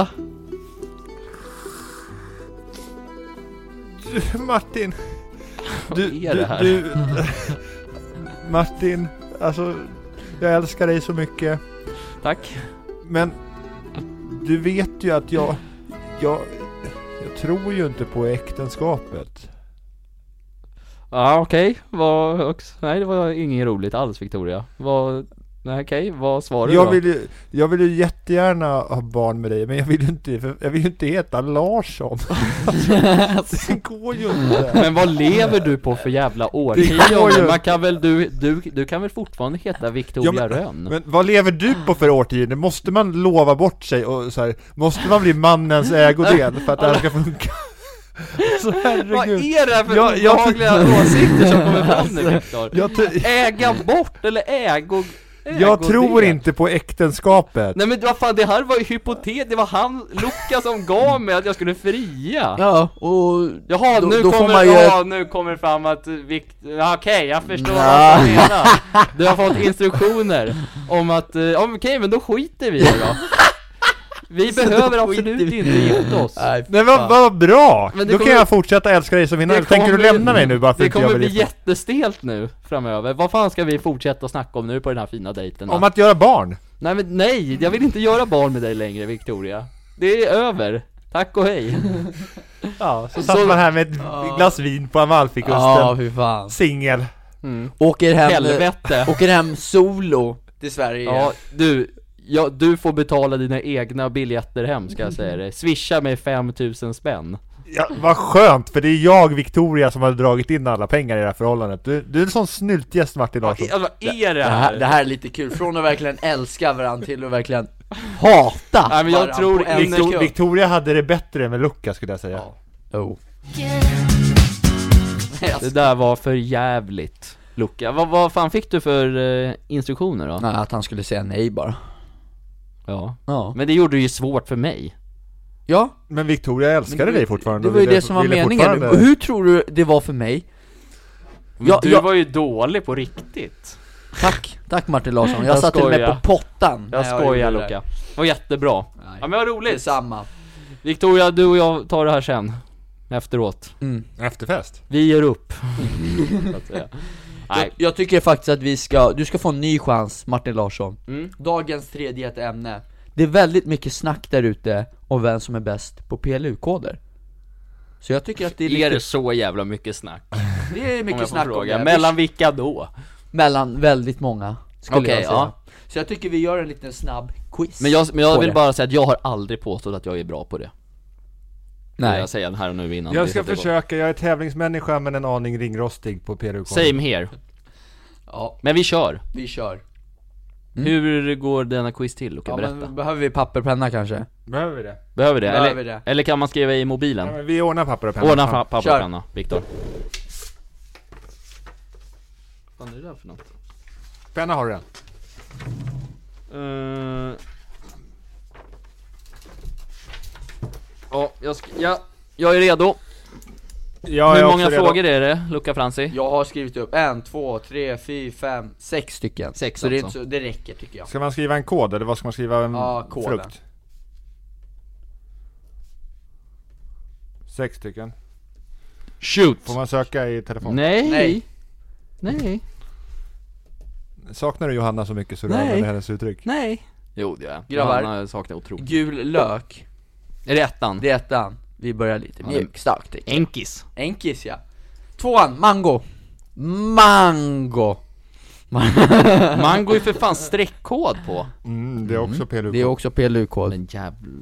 Du, Martin. Du, Vad är du, det här? du, Martin, alltså jag älskar dig så mycket. Tack. Men du vet ju att jag jag, jag tror ju inte på äktenskapet. Ja, okej. Okay. Vad också? Nej, det var inget roligt alls, Victoria. Vad Nej, okej. Okay. Vad svarar du Jag då? vill ju jag vill ju jättegärna ha barn med dig, men jag vill ju inte för jag vill ju inte heta Larsson. Det går ju inte. Men vad lever du på för jävla årtionde? Man kan väl du du du kan väl fortfarande heta Victoria ja, men, Rönn. Men vad lever du på för årtionde? Måste man lova bort sig och så här, måste man bli mannens ägodel för att det här ska funka? Så herregud. Vad är det här för jag, jag, obehagliga åsikter som kommer fram nu, Viktor? Jag, t- Äga bort eller ägo, ägo jag tror det. inte på äktenskapet. Nej men vad fan, det här var ju hypotet. Det var han, Luca, som gav mig att jag skulle fria. Ja, och Jaha, då, nu, då får kommer, man ju... ja, nu kommer det fram att Victor... Ja, okej, okay, jag förstår vad du menar. Du har fått instruktioner om att... Uh, okej, okay, men då skiter vi i det då. Vi Så behöver då absolut skiter vi. inte gifta oss. Nej, Nej, vad, vad bra! Men det Då kommer- kan jag fortsätta älska dig som innan. Det Tänker du kommer- lämna mig nu bara för Det att jag kommer vill bli gifta? jättestelt nu framöver. Vad fan ska vi fortsätta snacka om nu på den här fina dejten? Om att göra barn? Nej men nej, jag vill inte göra barn med dig längre, Victoria. Det är över. Tack och hej. Ja, så Så- satt man här med ett Ja. glas vin på Amalfikusten. Ja, hur fan. Singel. Mm. Åker hem, Helvete. åker hem solo till Sverige. Ja, du, ja, du får betala dina egna biljetter hem, ska jag säga det. Swisha mig fem tusen spänn. Ja, vad skönt, för det är jag, Victoria, som har dragit in alla pengar i det här förhållandet. Du, du är en sån snyltgäst, Martin Larsson. Vad är det Det här, här? det här är lite kul. Från att verkligen älska varandra till att verkligen hata. Nej, men jag varandra tror på en Victor- sekund. Victoria hade det bättre med Luca, skulle jag säga. Ja. Oh. Det där var för jävligt, Luca. Vad, vad fan fick du för eh, instruktioner då? Nej, att han skulle säga nej bara. Ja. Ja. Men det gjorde det ju svårt för mig. Ja, Men Victoria älskade Men det- dig fortfarande. det var ju och ville- det som var ville meningen. fortfarande- Och hur tror du det var för mig? Ja, du jag- var ju dålig på riktigt. Tack, tack Martin Larsson. Jag, Jag satt till och med skojar. på pottan. Jag när skojar, gjorde det. Luca. Det var jättebra. Nej. Ja, men vad roligt. Detsamma. Victoria, du och jag tar det här sen. Efteråt. Mm. Efterfest. Vi ger upp. Så att säga. Jag, Nej. jag tycker faktiskt att vi ska, du ska få en ny chans, Martin Larsson. Mm. Dagens tredje ett ämne. Det är väldigt mycket snack där ute om vem som är bäst på P L U-koder. Så jag tycker att det är Är lite, det så jävla mycket snack? det är Om mycket jag får snack om fråga. det. Mellan vilka då? Mellan väldigt många, skulle Okej, jag säga. ja. Så jag tycker vi gör en liten snabb quiz. Men jag, men jag på vill det. bara säga att jag har aldrig påstått att jag är bra på det. Nej. Nej. Jag säger här och nu innan. Jag vi ska sätter igång. försöka, jag är tävlingsmänniska men en aning ringrostig på P R U. Same here. Ja, Men vi kör. vi kör. Hur går denna quiz till? Luca, Ja, berätta. men behöver vi papper och penna kanske? Behöver vi det? Behöver det? Behöver eller, det. eller kan man skriva i Ja, mobilen? men vi ordnar papper och penna. Ordna Fan. fa- papper Kör. och penna, Viktor. Vad är det där för något? Penna har du den. Uh... Ja, jag, sk- ja, jag är redo. Jag Hur är många också redo. frågor är det, Luca Franzi? Jag har skrivit upp en, två, tre, fyra, fem, sex stycken. Sex så det, är alltså. inte så, det räcker tycker jag. Ska man skriva en kod eller vad ska man skriva? En Ja, koden. frukt? Sex stycken. Shoot! Får man söka i telefon? Nej. Nej. Nej. Saknar du Johanna så mycket så du Nej. använder hennes uttryck? Nej. Jo, det är Grabbar. Han har saknat otroligt. Gul lök, Är det ettan? det är ettan. Vi börjar lite Ja, det- mjukstarkt tycker jag. Enkis. Enkis ja. Tvåan, mango. Mango. Mango är för fan streckkod på. Mm, det är också P R U. Det är också P L U-kod. Men jävla...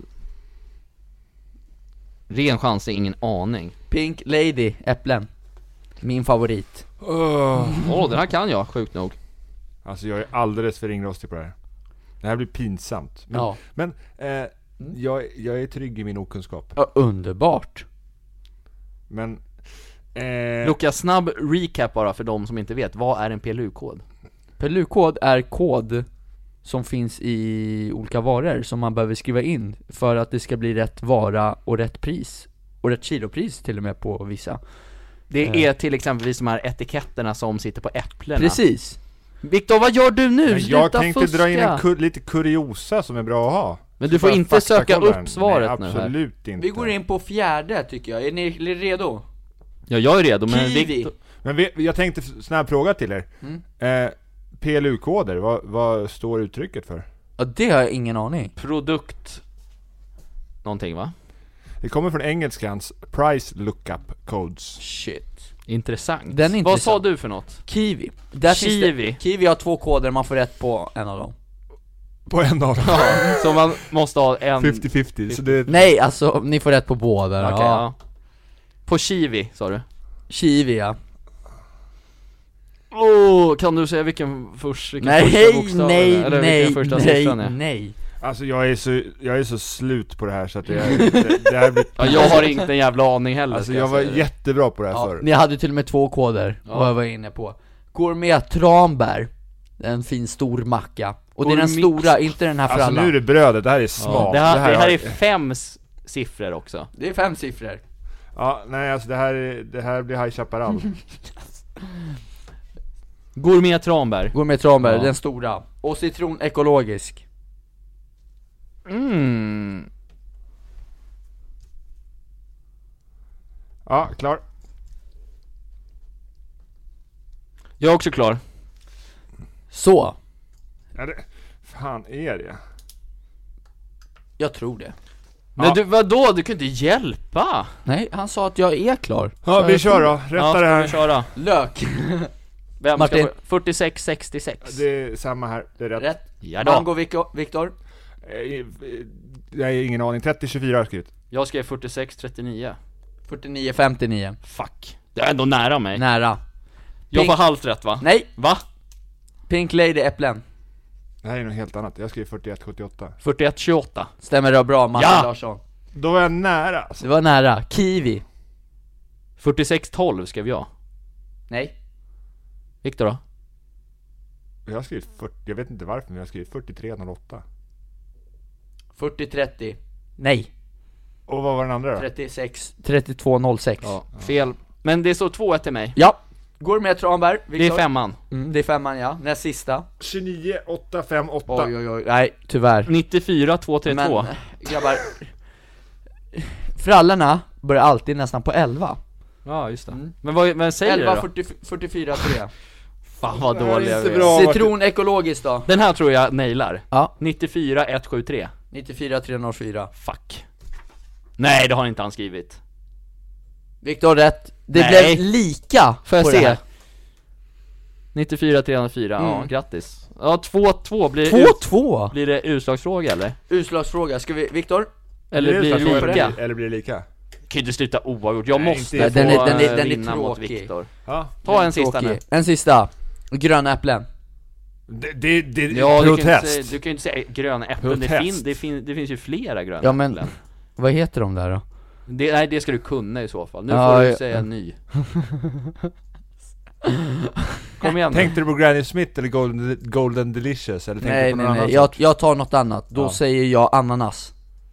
Ren chans, ingen aning. Pink Lady, äpplen. Min favorit. Åh. Åh, oh, den här kan jag, sjukt nog. Alltså jag är alldeles för ringrostig på det här. Det här blir pinsamt. Men, Ja. men eh, jag, jag är trygg i min okunskap. Ja, underbart. Men eh, Luca, snabb recap bara för de som inte vet. Vad är en P L U-kod? P L U-kod är kod som finns i olika varor som man behöver skriva in för att det ska bli rätt vara och rätt pris. Och rätt kilopris till och med på vissa. Det är till exempelvis de här etiketterna som sitter på äpplena. Precis. Viktor, vad gör du nu? men Sluta jag tänkte fuska. dra in en kur, lite kuriosa som är bra att ha. Men du Så får bara inte söka faktakolla upp den. svaret Nej, nu här. absolut inte. Vi går in på fjärde tycker jag. Är ni är ni redo? Ja, jag är redo, men Kiwi. Viktor... Men vi, jag tänkte f- snabb fråga till er. Mm. Eh, P L U-koder, vad, vad står uttrycket för? Ja, det har jag ingen aning. Produkt... Någonting, va? Det kommer från engelskans Price Lookup Codes. Shit. Intressant. Den är Vad intressant. sa du för något? Kiwi. Där finns Kiwi. det, Kiwi har två koder, man får rätt på en av dem. På en av dem. Ja, så man måste ha en... femtio femtio. Så det, Nej, alltså ni får rätt på båda. Okej, ja. ja. På Kiwi, sa du? Kiwi ja. Åh, oh, kan du säga vilken, först, vilken Nej, första bokstav nej, eller nej, vilken första nej, siffran är? nej. alltså jag är, så, jag är så slut på det här så att det, är, det, det här blir... Ja, jag har inte en jävla aning heller. Alltså ska jag var säga det. jättebra på det här Ja, förr. ni hade till och med två koder, Ja. vad jag var inne på. Gourmet tranbär. En fin stor macka. Och det är den Gourmet- stora, inte den här Alltså frallan. nu är det brödet, det här är Ja. smart. Det, här, det här har- är fem s- siffror också. Det är fem siffror. Ja, nej alltså det här, är- det här blir High Chaparral. Gourmet tranbär. Gourmet tranbär, Ja. den stora. Och citron ekologisk. Mm. Ja, klar. Jag är också klar. Så, Ja, det, fan är det? jag tror det. Men Ja. du, vadå? Du kan inte hjälpa. Nej, han sa att jag är klar. Ja, Så vi jag kör tror- då. Rätta Ja, det ska vi här. köra? Lök. Vem Martin. ska få- fyrtiosex sextiosex. Det är samma här, det är rätt. Rätt. Ja då. Mango Victor. Victor. Eh, Jag har ingen aning, trettio tjugofyra har jag skrivit. Jag skrev fyrtiosex trettionio. fyrtionio femtionio. Fuck. Det är ändå nära mig. Nära. Jag Pink. får halvt rätt, va? Nej, Va? Pink Lady äpplen. Det här är något helt annat. Jag skrev fyrtioett sjuttioåtta. fyrtioett tjugoåtta. Stämmer det bra, Martin Ja! Larsson? Då var jag nära alltså. Det var nära. Kiwi. fyrtiosex tolv skrev jag. Nej. Viktor då? Jag har skrivit fyrtio, jag vet inte varför, men jag har skrivit fyrtiotre noll åtta. fyrtio trettio. Nej. Och vad var den andra då? trettiosex trettiotvå noll sex. Ja, fel. Men det är så två ett till mig. Ja. Går med Tranberg. Victor. Det är femman. Mm, det är femman, ja. Näst sista. tjugonio åtta fem åtta. Oj, oj, oj. Nej, tyvärr. nittiofyra två tre två. Men, grabbar. Frallorna börjar alltid nästan på elva. Ja, just det. Mm. Men vad, vad säger elva du då? fyrtio, fyrtiofyra tre. Fan vad Det här är dåliga inte vi är. bra. Citron ekologiskt då. Den här tror jag nailar. Ja. nittiofyra ett sju tre. nittiofyra tre noll fyra. Fuck. Nej, det har inte han skrivit. Viktor rätt. Det Nej. blev lika. Får jag på det se? här. nittiofyra tre noll fyra, ja, Mm. grattis. Ja, två två blir, två ut, två. blir det utslagsfråga eller? Utslagsfråga. Ska vi, Viktor? Eller det blir det utslagsfråga, lika? eller, eller blir det lika? Kan ju inte sluta oavgjort, jag Nej, måste inte- få Den är- den är- eh, den är vinna mot tråkig. Viktor. Ja. Ta en sista Tråkig. nu. En sista. Gröna äpplen. Det, det, det Ja, du kan, ju inte protest. säga, du kan ju inte säga gröna äpplen, det, Protest. fin, det, fin, det finns ju flera gröna Ja, men äpplen. vad heter de där då? Det, nej, det ska du kunna i så fall. Nu Ja, får du ja. säga en ny. Kom igen. Tänkte du på Granny Smith eller Golden, Golden Delicious? Eller tänkte Nej, du på nej, någon nej. annan Jag, sort? jag tar något annat. Då Ja. säger jag ananas.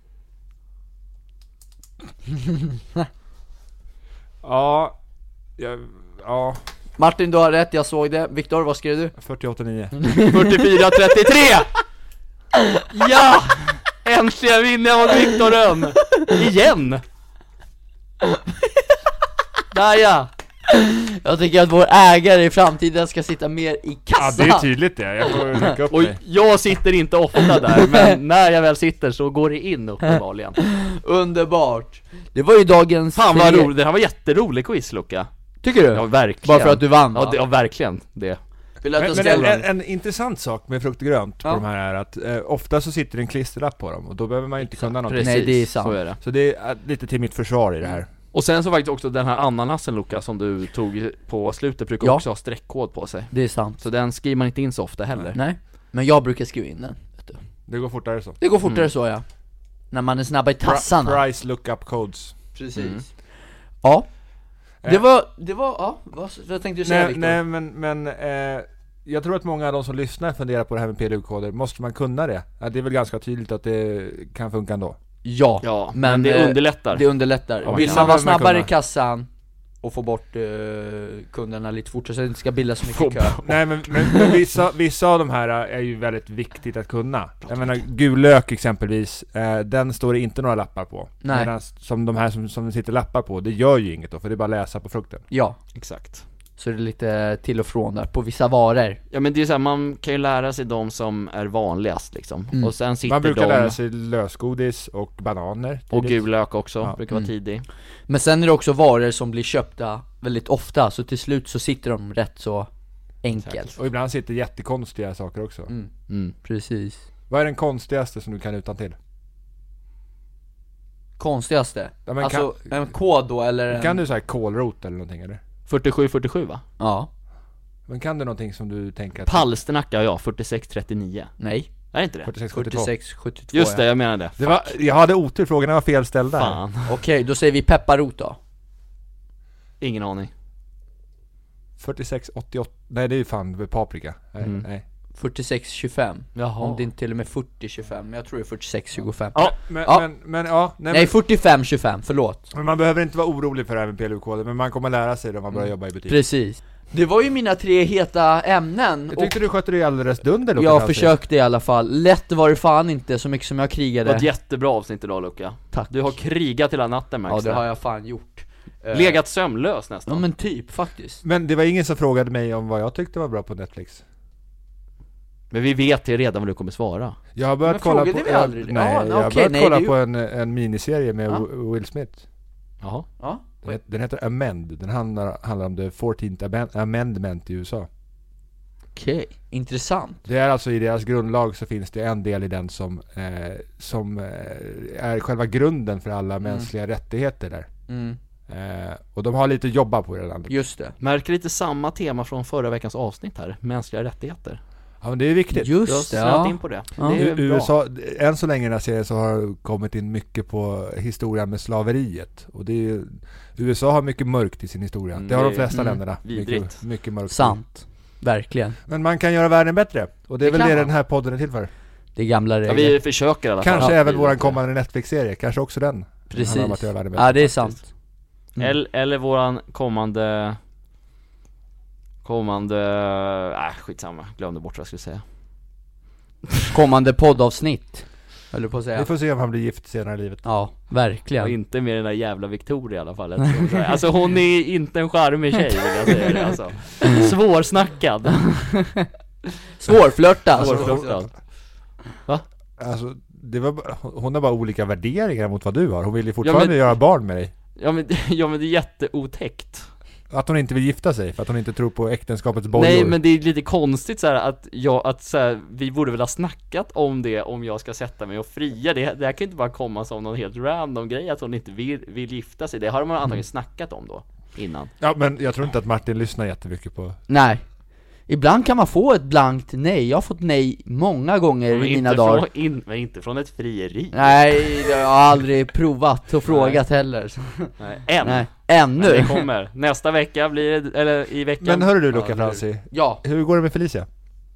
Ja, ja, ja, Martin, du har rätt, jag såg det. Viktor, vad skrev du? fyrtioåtta nio. fyrtiofyra trettiotre! Ja! Äntligen vinner jag mot Viktor Rönn! Igen! Där ja! Jag tycker att vår ägare i framtiden ska sitta mer i Ja, kassan. det är tydligt det. Jag får rycka upp Och mig. jag sitter inte ofta där, men när jag väl sitter så går det in uppenbarligen. Underbart. Det var ju dagens Fan vad tre- roligt, det här var jätteroligt quiz, Luca. Tycker du? Ja, verkligen. Bara för att du vann, Ja, va? det, ja verkligen det. Vill du att Men, jag men ställer en, den? en, en intressant sak med frukt och grönt på Ja. de här är att eh, ofta så sitter det en klisterlapp på dem och då behöver man ju inte kunna någonting. Nej, det är sant. Så är det. Så det är eh, lite till mitt försvar i det här. Och sen så faktiskt också den här ananasen, Luca, som du tog på slutet brukar Ja. också ha streckkod på sig. Det är sant. Så den skriver man inte in så ofta heller. Nej. Men jag brukar skriva in den, vet du. Det går fortare så. Det går fortare Mm. så, ja. När man är snabb i tassarna. Price lookup codes. Precis. Mm. Ja. Det Eh. var, det var, ja, vad, vad tänkte du säga, Nej, Viktor? nej men, men eh, jag tror att många av de som lyssnar funderar på det här med P L U-koder. Måste man kunna det? Ja, det är väl ganska tydligt att det kan funka ändå. Ja, Ja, men, men, det eh, underlättar. det underlättar. Ja, Vill kan man vara man snabbare kunna. i kassan och få bort eh, kunderna lite fortare så att det inte ska bilda så mycket kö. Nej men, men, men vissa, vissa av de här är ju väldigt viktigt att kunna. Jag menar gul lök exempelvis, eh, den står det inte några lappar på. Nej. Medan som de här som, som det sitter lappar på, det gör ju inget då, för det är bara att läsa på frukten. Ja, Exakt. så det är lite till och från där på vissa varor. Ja, men det är så här, man kan ju lära sig de som är vanligast liksom. Mm. Och sen sitter Man brukar de lära sig lösgodis och bananer. och tidigt. gul lök också, Ja. brukar vara Mm. tidig. Men sen är det också varor som blir köpta väldigt ofta, så till slut så sitter de rätt så enkelt. Och ibland sitter jättekonstiga saker också. Mm, Mm. precis. Vad är den konstigaste som du kan utan till? Konstigaste? Ja, men alltså en kod då, eller en... Kan du säga kålrot eller någonting eller? fyrtiosju fyrtiosju va? Ja, Men kan du någonting som du tänker att... Palsternacka har jag, fyrtiosex trettionio. nej, Är det inte det? fyrtiosex sjuttiotvå. fyrtiosex sjuttiotvå. Just det, jag menar det. Det var, jag hade otur, frågorna var felställda. Fan, Okej, då säger vi pepparrot då. ingen aning. fyrtiosex åttioåtta. Nej, det är ju fan paprika. Nej, Mm. nej. fyrtiosex tjugofem. Jaha. Om det inte till och med fyrtio tjugofem, men jag tror det är fyrtiosex tjugofem. Ja, Men, Ja. men, men ja, nej, Nej, men, fyrtiofem tjugofem, förlåt. men man behöver inte vara orolig för det här med P L U-koder, men man kommer lära sig det om man börjar jobba i butik. Precis. Det var ju mina tre heta ämnen. Jag tyckte du skötte det alldeles dunder, och Lukas. jag försökte i alla fall. Lätt var det fan inte, så mycket som jag det var krigade. ett jättebra avsnitt idag, Luca. Tack. Du har krigat hela natten, Ja, märks det har jag fan gjort. Eh, Legat sömnlös nästan. Ja, men typ, faktiskt. Men det var ingen som frågade mig om vad jag tyckte var bra på Netflix. Men vi vet ju redan vad du kommer svara. Jag har börjat Men kolla på... frågade vi jag, aldrig det? nej, Ja, jag har okej, börjat nej, kolla det är på en, en miniserie med Ja. Will Smith. Jaha. Ja. Den het- Den heter Amend. Den handlar, handlar om the fourteenth amen- amendment i U S A. Okej, intressant. Det är alltså i deras grundlag så finns det en del i den som, eh, som eh, är själva grunden för alla mänskliga rättigheter där. Mm, Eh, och de har lite jobba på det landet. just det. Märker lite samma tema från förra veckans avsnitt här, mänskliga rättigheter. Ja, men det är viktigt. Du har Just det, snöat ja. in på det. Ja. Det är U- bra. USA, än så länge i den här serien så har det kommit in mycket på historien med slaveriet. Och det är ju, U S A har mycket mörkt i sin historia. Mm, det har de det är- flesta mm, länderna. vidrigt. Mycket, mycket mörkt. Sant. Verkligen. Men man kan göra världen bättre. Och det är Det väl kan det man. den här podden är till för. Det är gamla Ja, regler. vi försöker i alla fall. Kanske Ja, även vi våran vet det. kommande Netflix-serie. Kanske också den. Precis. handlar om att göra världen bättre. Ja, det är sant. Mm. Eller, eller våran kommande Kommande Äh, skitsamma, glömde bort vad jag skulle säga. Kommande poddavsnitt, höll du på att säga. Vi får se om han blir gift senare i livet. Ja, Och verkligen. inte med den där jävla Victoria i alla fall. Jag tror det. Alltså hon är inte en charmig tjej, vill jag säga det, alltså. Svårsnackad. Svårflörtad. Svårflörtad. Alltså, det var, bara- hon har bara olika värderingar mot vad du har. Hon vill ju fortfarande Ja, men- göra barn med dig. Ja men, ja men det är jätteotäckt. Att hon inte vill gifta sig för att hon inte tror på äktenskapets bojor. Nej men det är lite konstigt så här att jag, att så här, vi borde väl ha snackat om det om jag ska sätta mig och fria. Det, det här kan inte bara komma som någon helt random grej att hon inte vill, vill gifta sig. Det har man antagligen snackat om då, innan. Ja, men jag tror inte att Martin lyssnar jättemycket på... Nej. Ibland kan man få ett blankt nej. Jag har fått nej många gånger Men i mina inte dagar. från, in, men inte från ett frieri. Nej, jag har aldrig provat och frågat heller. Nej, än. Nej, Men det ännu. kommer. Nästa vecka blir det, eller i veckan. Men hör du Ja, Luca det- Franzi, Ja. hur går det med Felicia?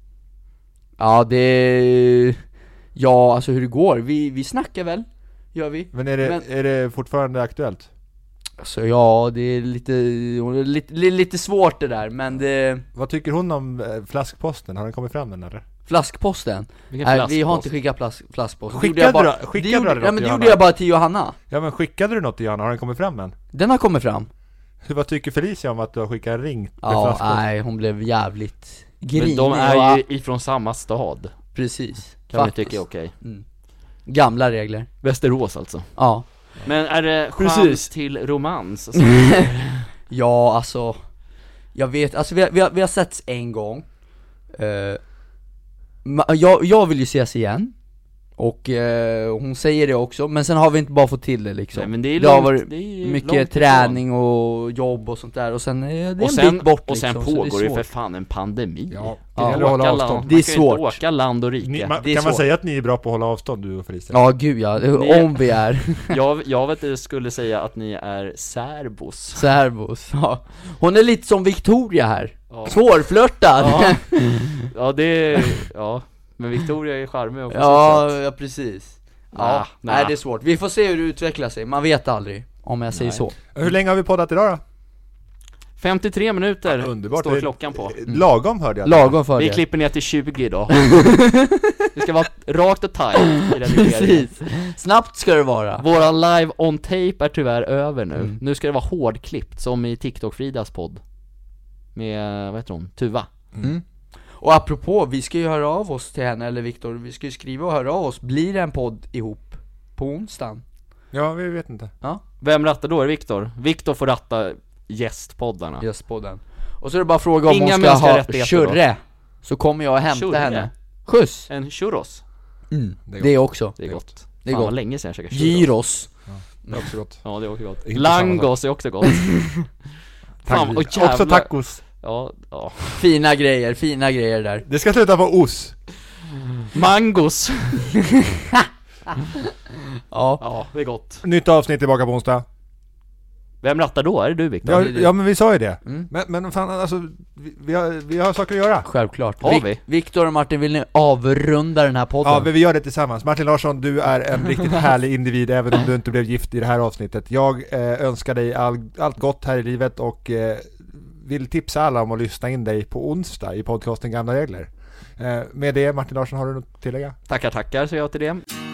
Ja, det... Ja, alltså hur det går. Vi, vi snackar väl, gör vi. Men är det, Men- är det fortfarande aktuellt? Alltså ja, det är lite, lite, lite svårt det där, men det... Vad tycker hon om eh, flaskposten? Har den kommit fram än eller? Flaskposten? Vilken Nej, flaskpost. vi har inte skickat plas, flaskpost. Det Skickade gjorde jag bara, du- skickade det gjorde, du aldrig ja, något men till det Johanna? gjorde jag bara till Johanna. Ja, men skickade du något till Johanna? Har den kommit fram än? Den har kommit fram. Hur, vad tycker Felicia om att du har skickat en ring med Ja, flaskpost? nej, hon blev jävligt grinig. Men de och- är ju ifrån samma stad. Precis. Kan vi Faktiskt. tycka är okej. Mm. Gamla regler. Västerås alltså. Ja. Men är det chans Precis. till romans? Alltså, Ja, alltså jag vet, alltså vi har, vi har, vi har setts en gång. uh, ma- jag, jag vill ju ses igen. Och eh, hon säger det också, men sen har vi inte bara fått till det liksom. Nej, men det är det har långt- varit det är ju långt mycket ifrån. träning och jobb och sånt där. Och sen är det och en sen, bit bort och sen liksom, så det är pågår det ju för svårt. fan en pandemi. Ja, det Ja. gäller att hålla Åka avstånd. land, Det är man kan ju inte svårt. åka land och rike. Ni, man, Det är kan man svårt. säga att ni är bra på att hålla avstånd, du och Felicia? Ja, gud ja, Ni- om vi är jag, jag vet att jag skulle säga att ni är särbos. särbos, ja. Hon är lite som Victoria här. Ja. Svårflörtad. Ja. Ja, det är, ja. Men Victoria är charmig och på Ja, sitt sätt. ja precis. Ja, Nah, nej nah. det är svårt. Vi får se hur det utvecklar sig, man vet aldrig, om jag säger Nej. så. Hur länge har vi poddat idag då? femtiotre minuter Underbart. står Det- klockan på. Lagom hörde jag. Lagom för Vi det. klipper ner till tjugo idag. Det ska vara rakt och tajt i redigeringen. Precis. Snabbt ska det vara. Våran live on tape är tyvärr över nu. Mm. Nu ska det vara hårdklippt, som i TikTok-Fridas podd. Med, vad heter hon? Tuva. Mm. Och apropå, vi ska ju höra av oss till henne, eller Viktor, vi ska ju skriva och höra av oss. Blir det en podd ihop på onsdagen? Ja, vi vet inte. Ja, Vem rattar då? Är det Viktor? Viktor får ratta gästpoddarna. just podden. Och så är det bara fråga om Inga hon ska mänskliga ha rättigheter churre. Så kommer jag och hämta Churre? henne. Skjuts. En churros. Mm. Det är Det är också. Det är Det är gott. Det är Fan, gott. vad länge sedan jag käkade churros. Gyros. Det är också gott. Ja, det är också gott. Inte samma Langos är också gott. Fan, och Också jävlar. tacos. Ja, ja. Fina grejer, fina grejer där. Det ska sluta på os. Mangos. Ja. Ja, det är gott. Nytt avsnitt tillbaka på onsdag. Vem rattar då? Är det du, Viktor? Ja, det är det. ja men vi sa ju det. Mm. Men, men fan alltså, vi, vi, har, vi har saker att göra. Självklart. Har Vik- vi? Viktor och Martin, vill ni avrunda den här podden? Ja, men vi gör det tillsammans. Martin Larsson, du är en riktigt härlig individ, även om du inte blev gift i det här avsnittet. Jag eh, önskar dig all, allt gott här i livet och eh, vill tipsa alla om att lyssna in dig på onsdag i podcasten Gamla Regler. Eh, med det, Martin Larsson, har du något att tillägga? Tackar, tackar, så jag till det.